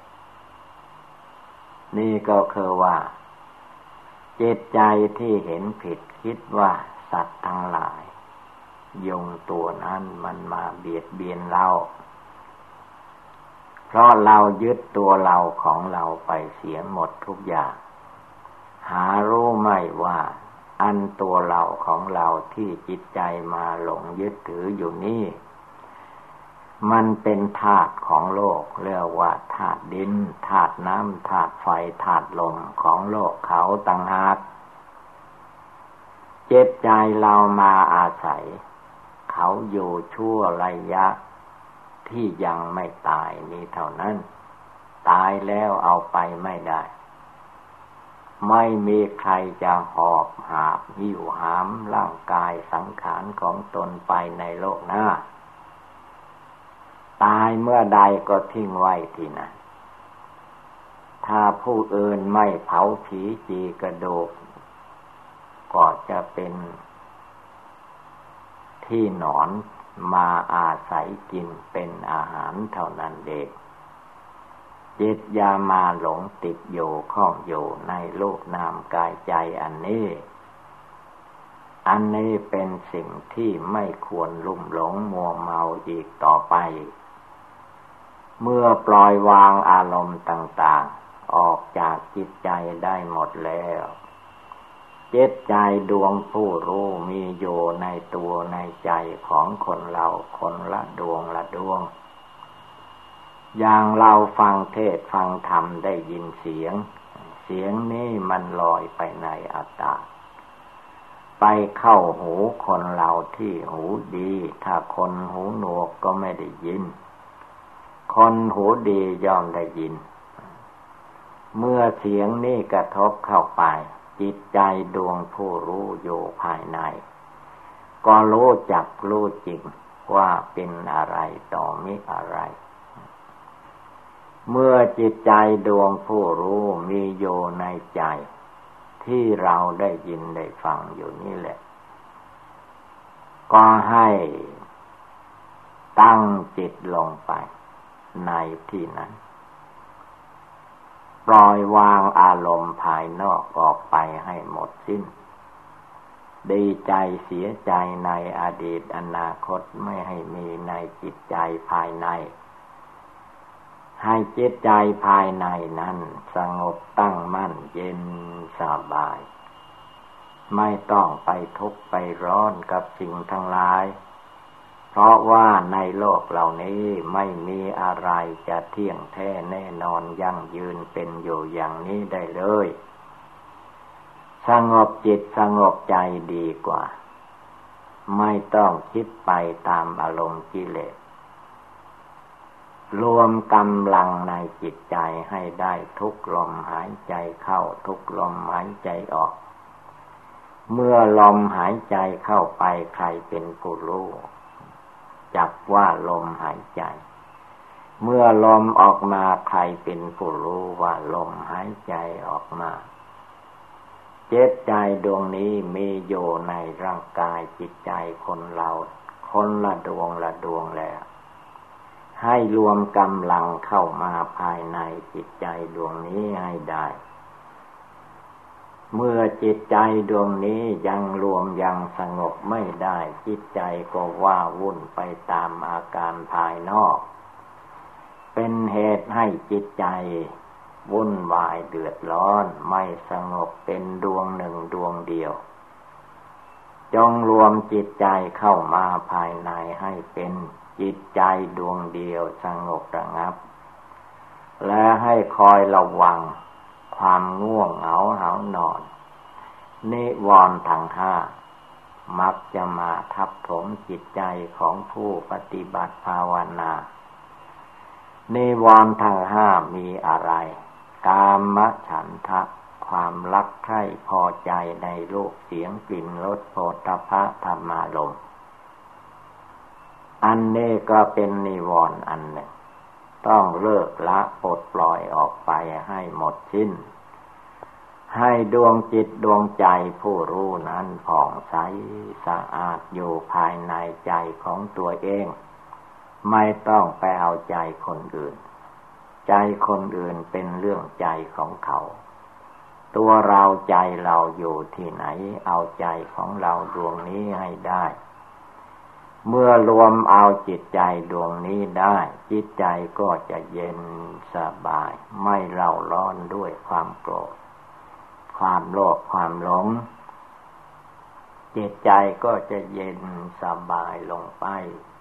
นี่ก็คือว่าจิตใจที่เห็นผิดคิดว่าสัตว์ทั้งหลายยงตัวนั้นมันมาเบียดเบียนเราเพราะเรายึดตัวเราของเราไปเสียหมดทุกอย่างหารู้ไม่ว่าอันตัวเราของเราที่จิตใจมาหลงยึดถืออยู่นี่มันเป็นธาตุของโลกเรียกว่าธาตุดินธาตุน้ำธาตุไฟธาตุลมของโลกเขาต่างหากจิตใจเรามาอาศัยเขาอยู่ชั่วระยะที่ยังไม่ตายนี้เท่านั้นตายแล้วเอาไปไม่ได้ไม่มีใครจะหอบหาบหิ้วหามร่างกายสังขารของตนไปในโลกหน้าตายเมื่อใดก็ทิ้งไว้ที่นั่นถ้าผู้อื่นไม่เผาผีจีกระดูกก็จะเป็นที่หนอนมาอาศัยกินเป็นอาหารเท่านั้นเองจิตอย่ามาหลงติดอยู่ข้องอยู่ในรูปนามกายใจอันนี้เป็นสิ่งที่ไม่ควรลุ่มหลงมัวเมาอีกต่อไปเมื่อปล่อยวางอารมณ์ต่างๆออกจากจิตใจได้หมดแล้วจิตใจดวงผู้รู้มีอยู่ในตัวในใจของคนเราคนละดวงละดวงอย่างเราฟังเทศน์ฟังธรรมได้ยินเสียงนี้มันลอยไปในอากาศไปเข้าหูคนเราที่หูดีถ้าคนหูหนวกก็ไม่ได้ยินคนหูดีย่อมได้ยินเมื่อเสียงนี้กระทบเข้าไปจิตใจดวงผู้รู้อยู่ภายในก็รู้จักรู้จริงว่าเป็นอะไรต่อมิอะไรเมื่อจิตใจดวงผู้รู้มีอยู่ในใจที่เราได้ยินได้ฟังอยู่นี่แหละก็ให้ตั้งจิตลงไปในที่นั้นปล่อยวางอารมณ์ภายนอกออกไปให้หมดสิ้นดีใจเสียใจในอดีตอนาคตไม่ให้มีในจิตใจภายในให้จิตใจภายในนั้นสงบตั้งมั่นเย็นสบายไม่ต้องไปทุกข์ไปร้อนกับสิ่งทั้งหลายเพราะว่าในโลกเหล่านี้ไม่มีอะไรจะเที่ยงแท้แน่นอนยั่งยืนเป็นอยู่อย่างนี้ได้เลยสงบจิตสงบใจดีกว่าไม่ต้องคิดไปตามอารมณ์กิเลสรวมกำลังในจิตใจให้ได้ทุกลมหายใจเข้าทุกลมหายใจออกเมื่อลมหายใจเข้าไปใครเป็นผู้รู้จักว่าลมหายใจเมื่อลมออกมาใครเป็นผู้รู้ว่าลมหายใจออกมาจิตใจดวงนี้มีอยู่ในร่างกายจิตใจคนเราคนละดวงละดวงแล้วให้รวมกำลังเข้ามาภายในจิตใจดวงนี้ให้ได้เมื่อจิตใจดวงนี้ยังรวมยังสงบไม่ได้จิตใจก็ว่าวุ่นไปตามอาการภายนอกเป็นเหตุให้จิตใจวุ่นวายเดือดร้อนไม่สงบเป็นดวงหนึ่งดวงเดียวจงรวมจิตใจเข้ามาภายในให้เป็นจิตใจดวงเดียวสงบระงับและให้คอยระวังความง่วงเหงาหานอนนิวรณ์ทั้งห้ามักจะมาทับถมจิตใจของผู้ปฏิบัติภาวนานิวรณ์ทั้งห้ามีอะไรกามฉันทะความรักใคร่พอใจในรูปเสียงกลิ่นรสโผฏฐัพพะธรรมารมณ์อันนี้ก็เป็นนิวรณ์อันหนึ่งต้องเลิกละปลดปล่อยออกไปให้หมดสิ้นให้ดวงจิตดวงใจผู้รู้นั้นผ่องใสสะอาดอยู่ภายในใจของตัวเองไม่ต้องไปเอาใจคนอื่นใจคนอื่นเป็นเรื่องใจของเขาตัวเราใจเราอยู่ที่ไหนเอาใจของเราดวงนี้ให้ได้เมื่อรวมเอาจิตใจดวงนี้ได้จิตใจก็จะเย็นสบายไม่เร่าร้อนด้วยความโกรธความโลภความหลงจิตใจก็จะเย็นสบายลงไป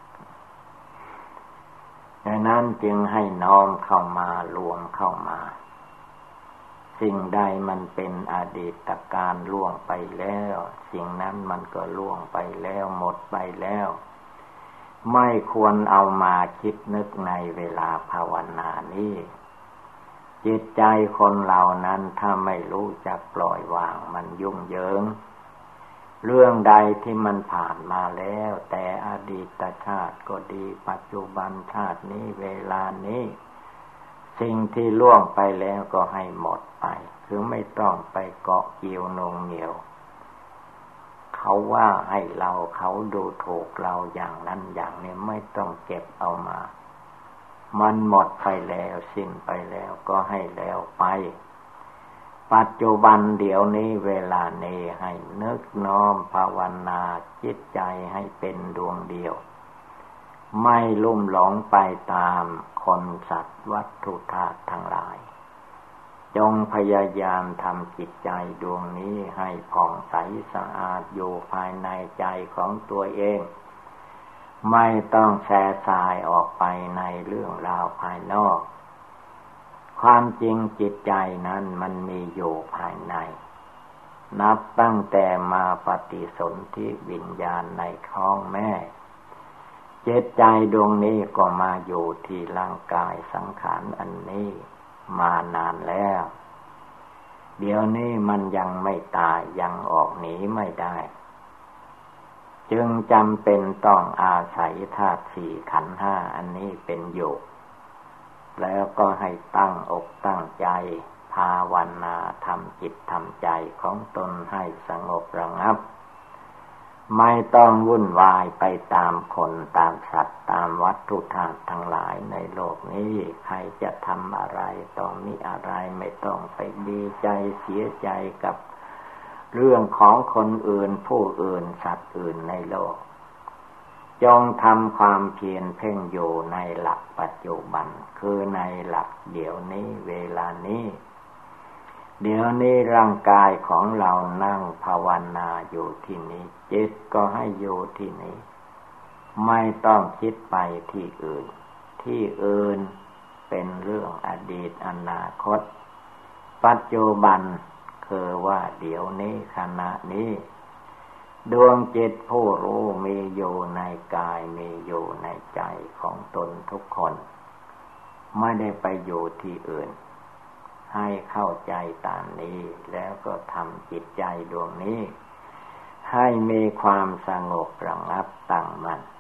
ดังนั้นจึงให้น้อมเข้ามารวมเข้ามาสิ่งใดมันเป็นอดีตการล่วงไปแล้วสิ่งนั้นมันก็ล่วงไปแล้วหมดไปแล้วไม่ควรเอามาคิดนึกในเวลาภาวนานี้จิตใจคนเรานั้นถ้าไม่รู้จักปล่อยวางมันยุ่งเหยิงเรื่องใดที่มันผ่านมาแล้วแต่อดีตชาติก็ดีปัจจุบันชาตินี้เวลานี้สิ่งที่ล่วงไปแล้วก็ให้หมดไปคือไม่ต้องไปเกาะเกี่ยวนงเหนียวเขาว่าให้เราเขาดูถูกเราอย่างนั้นอย่างนี้ไม่ต้องเก็บเอามามันหมดไปแล้วสิ้นไปแล้วก็ให้แล้วไปปัจจุบันเดี๋ยวนี้เวลานี้ให้นึกน้อมภาวนาจิตใจให้เป็นดวงเดียวไม่ลุ่มหลงไปตามคนสัตว์วัตถุธาตุทั้งหลายจงพยายามทำจิตใจดวงนี้ให้ผ่องใสสะอาดอยู่ภายในใจของตัวเองไม่ต้องแช่สายออกไปในเรื่องราวภายนอกความจริงจิตใจนั้นมันมีอยู่ภายในนับตั้งแต่มาปฏิสนธิวิญญาณในท้องแม่จิตใจดวงนี้ก็มาอยู่ที่ร่างกายสังขารอันนี้มานานแล้วเดี๋ยวนี้มันยังไม่ตายยังออกหนีไม่ได้จึงจำเป็นต้องอาศัยธาตุสี่ขันธ์ห้าอันนี้เป็นอยู่แล้วก็ให้ตั้งอกตั้งใจภาวนาทำจิตทำใจของตนให้สงบระงับไม่ต้องวุ่นวายไปตามคนตามสัตว์ตามวัตถุธาตุทั้งหลายในโลกนี้ใครจะทำอะไรต้องมีอะไรไม่ต้องไปดีใจเสียใจกับเรื่องของคนอื่นผู้อื่นสัตว์อื่นในโลกจงทำความเพียรเพ่งอยู่ในหลักปัจจุบันคือในหลักเดี๋ยวนี้เวลานี้เดี๋ยวนี้ร่างกายของเรานั่งภาวนาอยู่ที่นี้จิตก็ให้อยู่ที่นี้ไม่ต้องคิดไปที่อื่นที่อื่นเป็นเรื่องอดีตอนาคตปัจจุบันคือว่าเดี๋ยวนี้ขณะนี้ดวงจิตผู้รู้มีอยู่ในกายมีอยู่ในใจของตนทุกคนไม่ได้ไปอยู่ที่อื่นให้เข้าใจตามนี้แล้วก็ทำจิตใจดวงนี้ให้มีความสงบระงับตั้งมั่น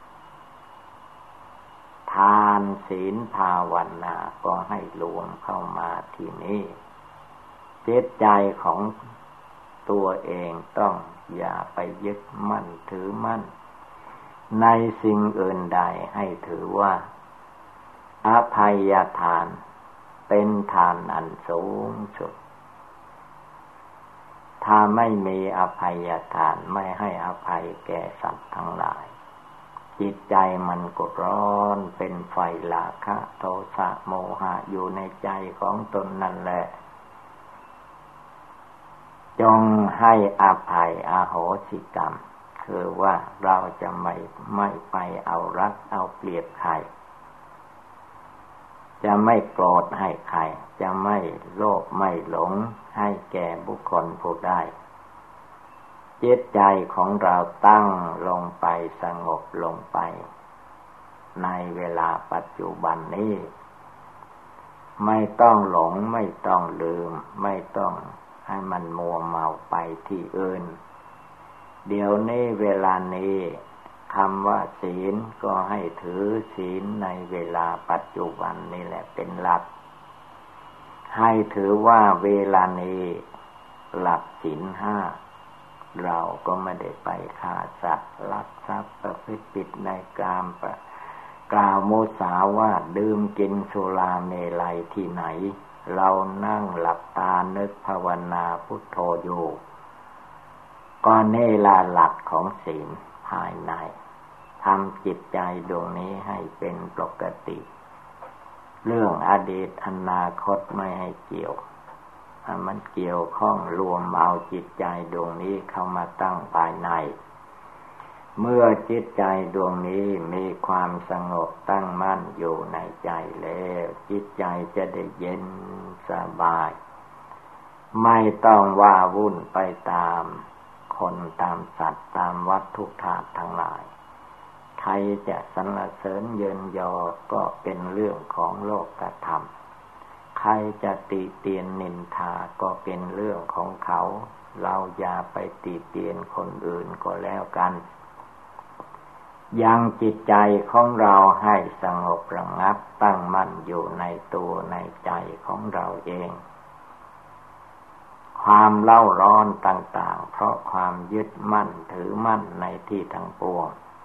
ทานศีลภาวนาก็ให้รวมเข้ามาที่นี้จิตใจของตัวเองต้องอย่าไปยึดมั่นถือมั่นในสิ่งอื่นใดให้ถือว่าอภัยทานเป็นทานอันสูงสุดถ้าไม่มีอภัยทานไม่ให้อภัยแก่สัตว์ทั้งหลายจจิตใจมันก็ร้อนเป็นไฟราคะโทสะโมหะอยู่ในใจของตนนั่นแหละจงให้อภัยอโหสิกรรมคือว่าเราจะไม่ไปเอารัดเอาเปรียบใครจะไม่โกรธให้ใครจะไม่โลภไม่หลงให้แก่บุคคลผู้ใดจิตใจของเราตั้งลงไปสงบลงไปในเวลาปัจจุบันนี้ไม่ต้องหลงไม่ต้องลืมไม่ต้องให้มันมัวเมาไปที่อื่นเดี๋ยวนี้เวลานี้คำว่าศีลก็ให้ถือศีลในเวลาปัจจุบันนี่แหละเป็นหลักให้ถือว่าเวลานี้หลักศีลห้าเราก็ไม่ได้ไปฆ่าสัตว์ลักทรัพย์ประพฤติผิดในกามกล่าวโมสาว่าดื่มกินสุราเมลัยที่ไหนเรานั่งหลับตานึกภาวนาพุทโธอยู่ก็นี่ละหลักของศีลภายในทำจิตใจดวงนี้ให้เป็นปกติเรื่องอดีตอนาคตไม่ให้เกี่ยวมันเกี่ยวข้องรวมเอาจิตใจดวงนี้เข้ามาตั้งภายในเมื่อจิตใจดวงนี้มีความสงบตั้งมั่นอยู่ในใจแล้วจิตใจจะได้เย็นสบายไม่ต้องว่าวุ่นไปตามคนตามสัตว์ตามวัตถุธาตุทั้งหลายใครจะสรรเสริญเยินยอก็เป็นเรื่องของโลกธรรมใครจะติเตียนนินทาก็เป็นเรื่องของเขาเราอย่าไปติเตียนคนอื่นก็แล้วกันยังจิตใจของเราให้สงบระงับตั้งมั่นอยู่ในตัวในใจของเราเองความเล่าร้อนต่างๆเพราะความยึดมั่นถือมั่นในที่ทั้งปวง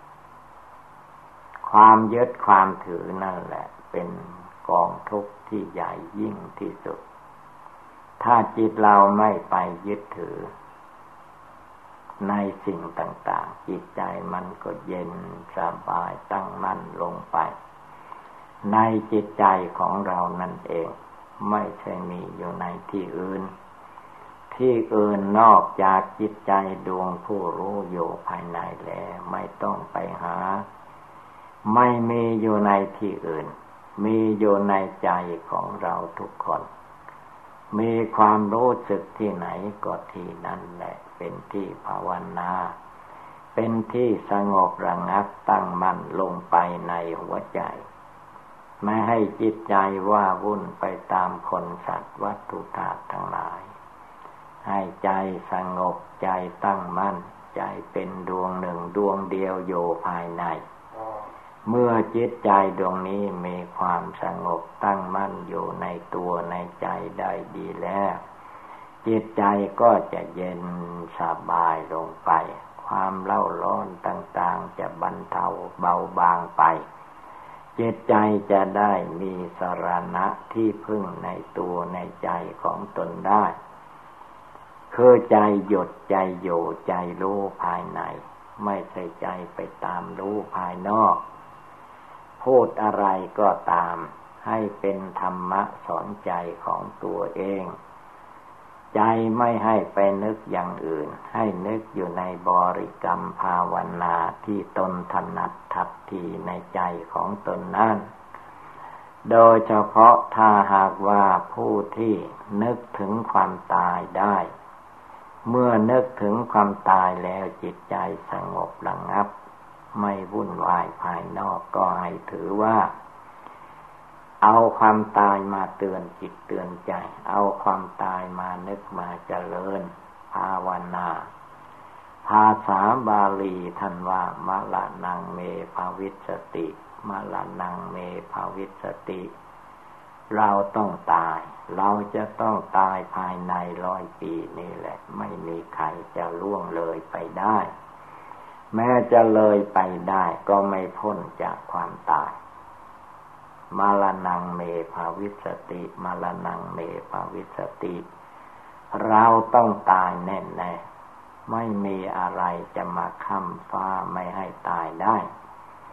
ความยึดความถือนั่นแหละเป็นกองทุกข์ที่ใหญ่ยิ่งที่สุดถ้าจิตเราไม่ไปยึดถือในสิ่งต่างๆจิตใจมันก็เย็นสบายตั้งมั่นลงไปในจิตใจของเรานั่นเองไม่ใช่มีอยู่ในที่อื่นที่อื่นนอกจากจิตใจดวงผู้รู้อยู่ภายในแล้วไม่ต้องไปหาไม่มีอยู่ในที่อื่นมีอยู่ในใจของเราทุกคนมีความรู้สึกที่ไหนก็ที่นั่นแหละเป็นที่ภาวนาเป็นที่สงบระงับตั้งมั่นลงไปในหัวใจไม่ให้จิตใจว่าวุ่นไปตามคนสัตว์วัตถุธาตุทั้งหลายให้ใจสงบใจตั้งมั่นใจเป็นดวงหนึ่งดวงเดียวอยู่ภายในเมื่อจิตใจดวงนี้มีความสงบตั้งมั่นอยู่ในตัวในใจได้ดีแล้วจิตใจก็จะเย็นสบายลงไปความเล่าร้อนต่างๆจะบรรเทาเบาบางไปจิตใจจะได้มีสรณะที่พึ่งในตัวในใจของตนได้คือใจหยุดใจอยู่ใจรู้ภายในไม่ใช่ใจไปตามรู้ภายนอกพูดอะไรก็ตามให้เป็นธรรมะสอนใจของตัวเองใจไม่ให้ไปนึกอย่างอื่นให้นึกอยู่ในบริกรรมภาวนาที่ตนถนัดทัดทีในใจของตนนั้นโดยเฉพาะถ้าหากว่าผู้ที่นึกถึงความตายได้เมื่อนึกถึงความตายแล้วจิตใจสงบระงับไม่วุ่นวายภายนอกก็ให้ถือว่าเอาความตายมาเตือนจิตเตือนใจเอาความตายมานึกมาเจริญภาวนาภาษาบาลีท่านว่ามะละนังเมภวิสสติมะละนังเมภวิสสติเราต้องตายเราจะต้องตายภายใน100 ปีนี่แหละไม่มีใครจะล่วงเลยไปได้แม้จะเลยไปได้ก็ไม่พ้นจากความตายมรณังเมภวิสสติมรณังเมภวิสสติเราต้องตายแน่ๆไม่มีอะไรจะมาค้ำฟ้าไม่ให้ตายได้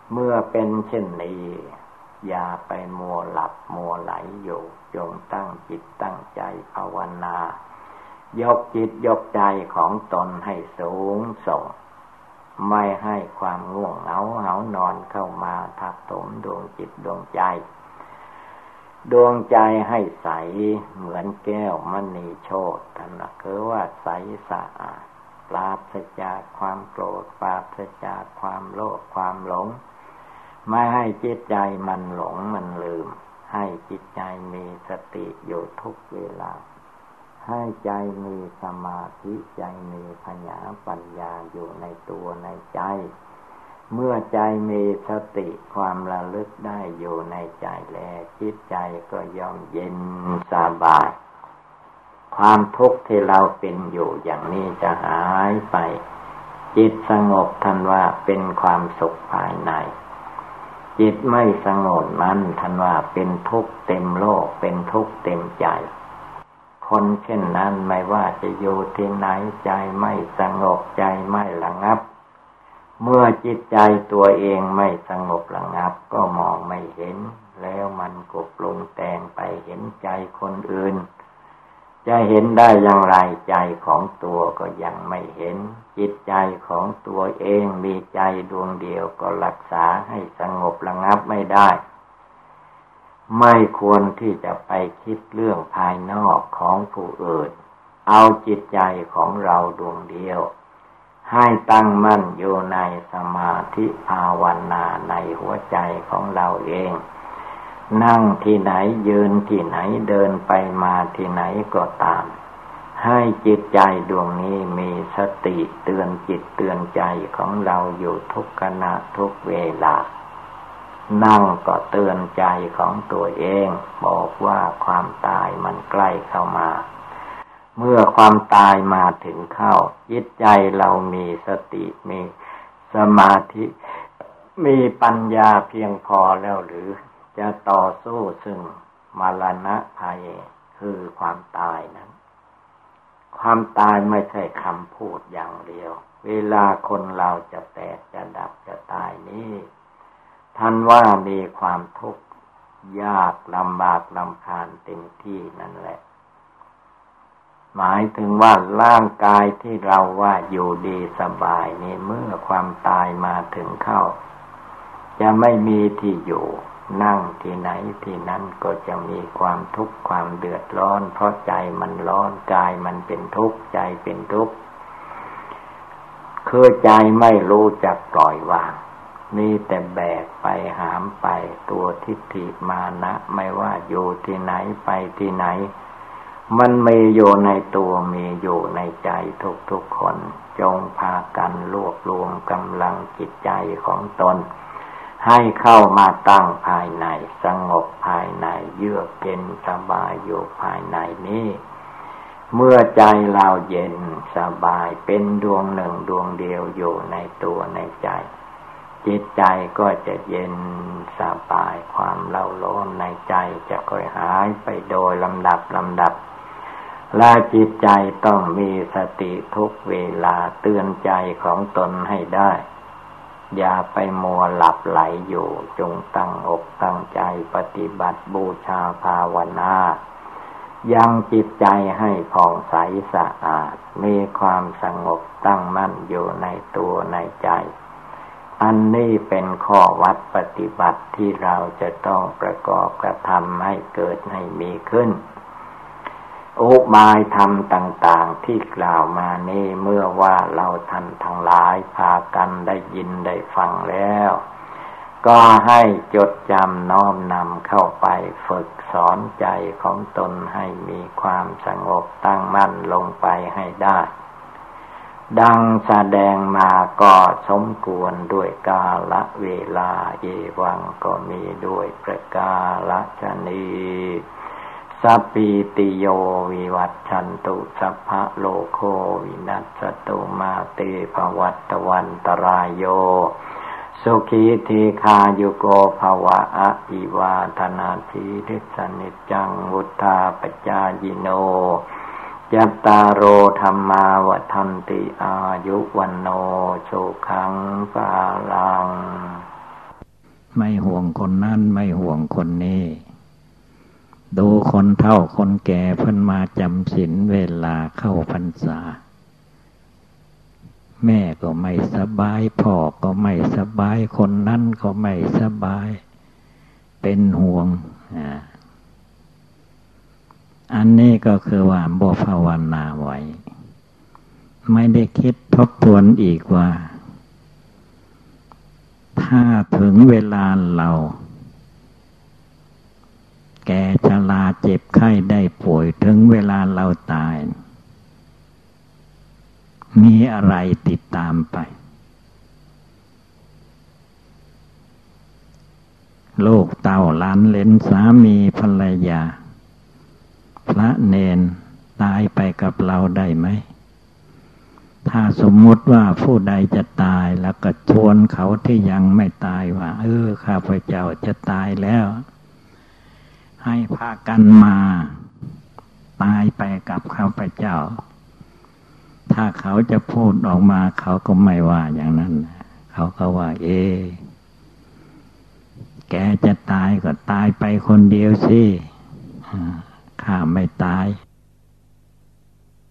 เมื่อเป็นเช่นนี้อย่าไปมัวหลับมัวไหลอยู่จงตั้งจิตตั้งใจภาวนายกจิตยกใจของตนให้สูงส่งไม่ให้ความง่วงเหงาหานอนเข้ามาทับถมดวงจิตดวงใจให้ใสเหมือนแก้วมณีโชติท่านคือว่าใสสะอาดปราศจากความโกรธปราศจากความโลภความหลงไม่ให้จิตใจมันหลงมันลืมให้จิตใจมีสติอยู่ทุกเวลาให้ใจมีสมาธิใจมีปัญญาอยู่ในตัวในใจเมื่อใจมีสติความระลึกได้อยู่ในใจแล้วจิตใจก็ย่อมเย็นสบายความทุกข์ที่เราเป็นอยู่อย่างนี้จะหายไปจิตสงบท่านว่าเป็นความสุขภายในจิตไม่สงบนั้นท่านว่าเป็นทุกข์เต็มโลกเป็นทุกข์เต็มใจคนเช่นนั้นไม่ว่าจะอยู่ที่ไหนใจไม่สงบใจไม่ระงับเมื่อจิตใจตัวเองไม่สงบระงับก็มองไม่เห็นแล้วมันก็ปรุงแต่งไปเห็นใจคนอื่นจะเห็นได้อย่างไรใจของตัวก็ยังไม่เห็นจิตใจของตัวเองมีใจดวงเดียวก็รักษาให้สงบระงับไม่ได้ไม่ควรที่จะไปคิดเรื่องภายนอกของผู้อื่นเอาจิตใจของเราดวงเดียวให้ตั้งมั่นอยู่ในสมาธิภาวนาในหัวใจของเราเองนั่งที่ไหนยืนที่ไหนเดินไปมาที่ไหนก็ตามให้จิตใจดวงนี้มีสติเตือนจิตเตือนใจของเราอยู่ทุกขณะทุกเวลานั่งก็เตือนใจของตัวเองบอกว่าความตายมันใกล้เข้ามาเมื่อความตายมาถึงเข้าจิตใจเรามีสติมีสมาธิมีปัญญาเพียงพอแล้วหรือจะต่อสู้ซึ่งมรณะภัยคือความตายนั้นความตายไม่ใช่คำพูดอย่างเดียวเวลาคนเราจะแตกจะดับจะตายนี้ท่านว่ามีความทุกข์ยากลำบากรำคาญเต็มที่นั่นแหละหมายถึงว่าร่างกายที่เราว่าอยู่ดีสบายนี่เมื่อความตายมาถึงเข้าจะไม่มีที่อยู่นั่งที่ไหนที่นั้นก็จะมีความทุกข์ความเดือดร้อนเพราะใจมันร้อนกายมันเป็นทุกข์ใจเป็นทุกข์คือใจไม่รู้จักปล่อยวางมีแต่แบกไปหามไปตัวทิฏฐิมานะไม่ว่าอยู่ที่ไหนไปที่ไหนมันมีอยู่ในตัวมีอยู่ในใจทุกๆคนจงพากันรวบรวมกำลังจิตใจของตนให้เข้ามาตั้งภายในสงบภายในเยือกเย็นสบายอยู่ภายในนี้เมื่อใจเราเย็นสบายเป็นดวงหนึ่งดวงเดียวอยู่ในตัวในใจจิตใจก็จะเย็นสบายความเล่าร้อนในใจจะค่อยหายไปโดยลำดับและจิตใจต้องมีสติทุกเวลาเตือนใจของตนให้ได้อย่าไปมัวหลับไหลอยู่จงตั้งอกตั้งใจปฏิบัติบูชาภาวนายังจิตใจให้ผ่องใสสะอาดมีความสงบตั้งมั่นอยู่ในตัวในใจอันนี้เป็นข้อวัดปฏิบัติที่เราจะต้องประกอบกระทำให้เกิดให้มีขึ้นอุบายธรรมต่างๆที่กล่าวมานี้เมื่อว่าเราท่านทั้งหลายพากันได้ยินได้ฟังแล้วก็ให้จดจำน้อมนำเข้าไปฝึกสอนใจของตนให้มีความสงบตั้งมั่นลงไปให้ได้ดังแสดงมาก็สมควรด้วยกาลเวลาเอวังก็มีด้วยประกาศนีสัพพิติโยวิวัชชันตุสัพพะโลกโควินัสสตุมาเตภวัตวันตรายโยสุขีทีคายุโกภวะอภิวาทนาทีฤทธนิจจังวุธาปจายิโนยัตตาโรธรรมาวัฏันติอายุวันโนสุขังภาลังไม่ห่วงคนนั้นไม่ห่วงคนนี้ดูคนเฒ่าคนแก่เพิ่นมาจำศีลเวลาเข้าพรรษาแม่ก็ไม่สบายพ่อก็ไม่สบายคนนั้นก็ไม่สบายเป็นห่วงอันนี้ก็คือว่าบ่ภาวนาไว้ไม่ได้คิดทบทวนอีกว่าถ้าถึงเวลาเราแก่ชราเจ็บไข้ได้ป่วยถึงเวลาเราตายมีอะไรติดตามไปลูกเต้าหลานเหลนสามีภรรยาพระเนนตายไปกับเราได้ไหมถ้าสมมุติว่าผู้ใดจะตายแล้วก็ชวนเขาที่ยังไม่ตายว่าข้าพเจ้าจะตายแล้วให้พากันมาตายไปกับข้าพเจ้าถ้าเขาจะพูดออกมาเขาก็ไม่ว่าอย่างนั้นเขาก็ว่าแกจะตายก็ตายไปคนเดียวสิข้าไม่ตาย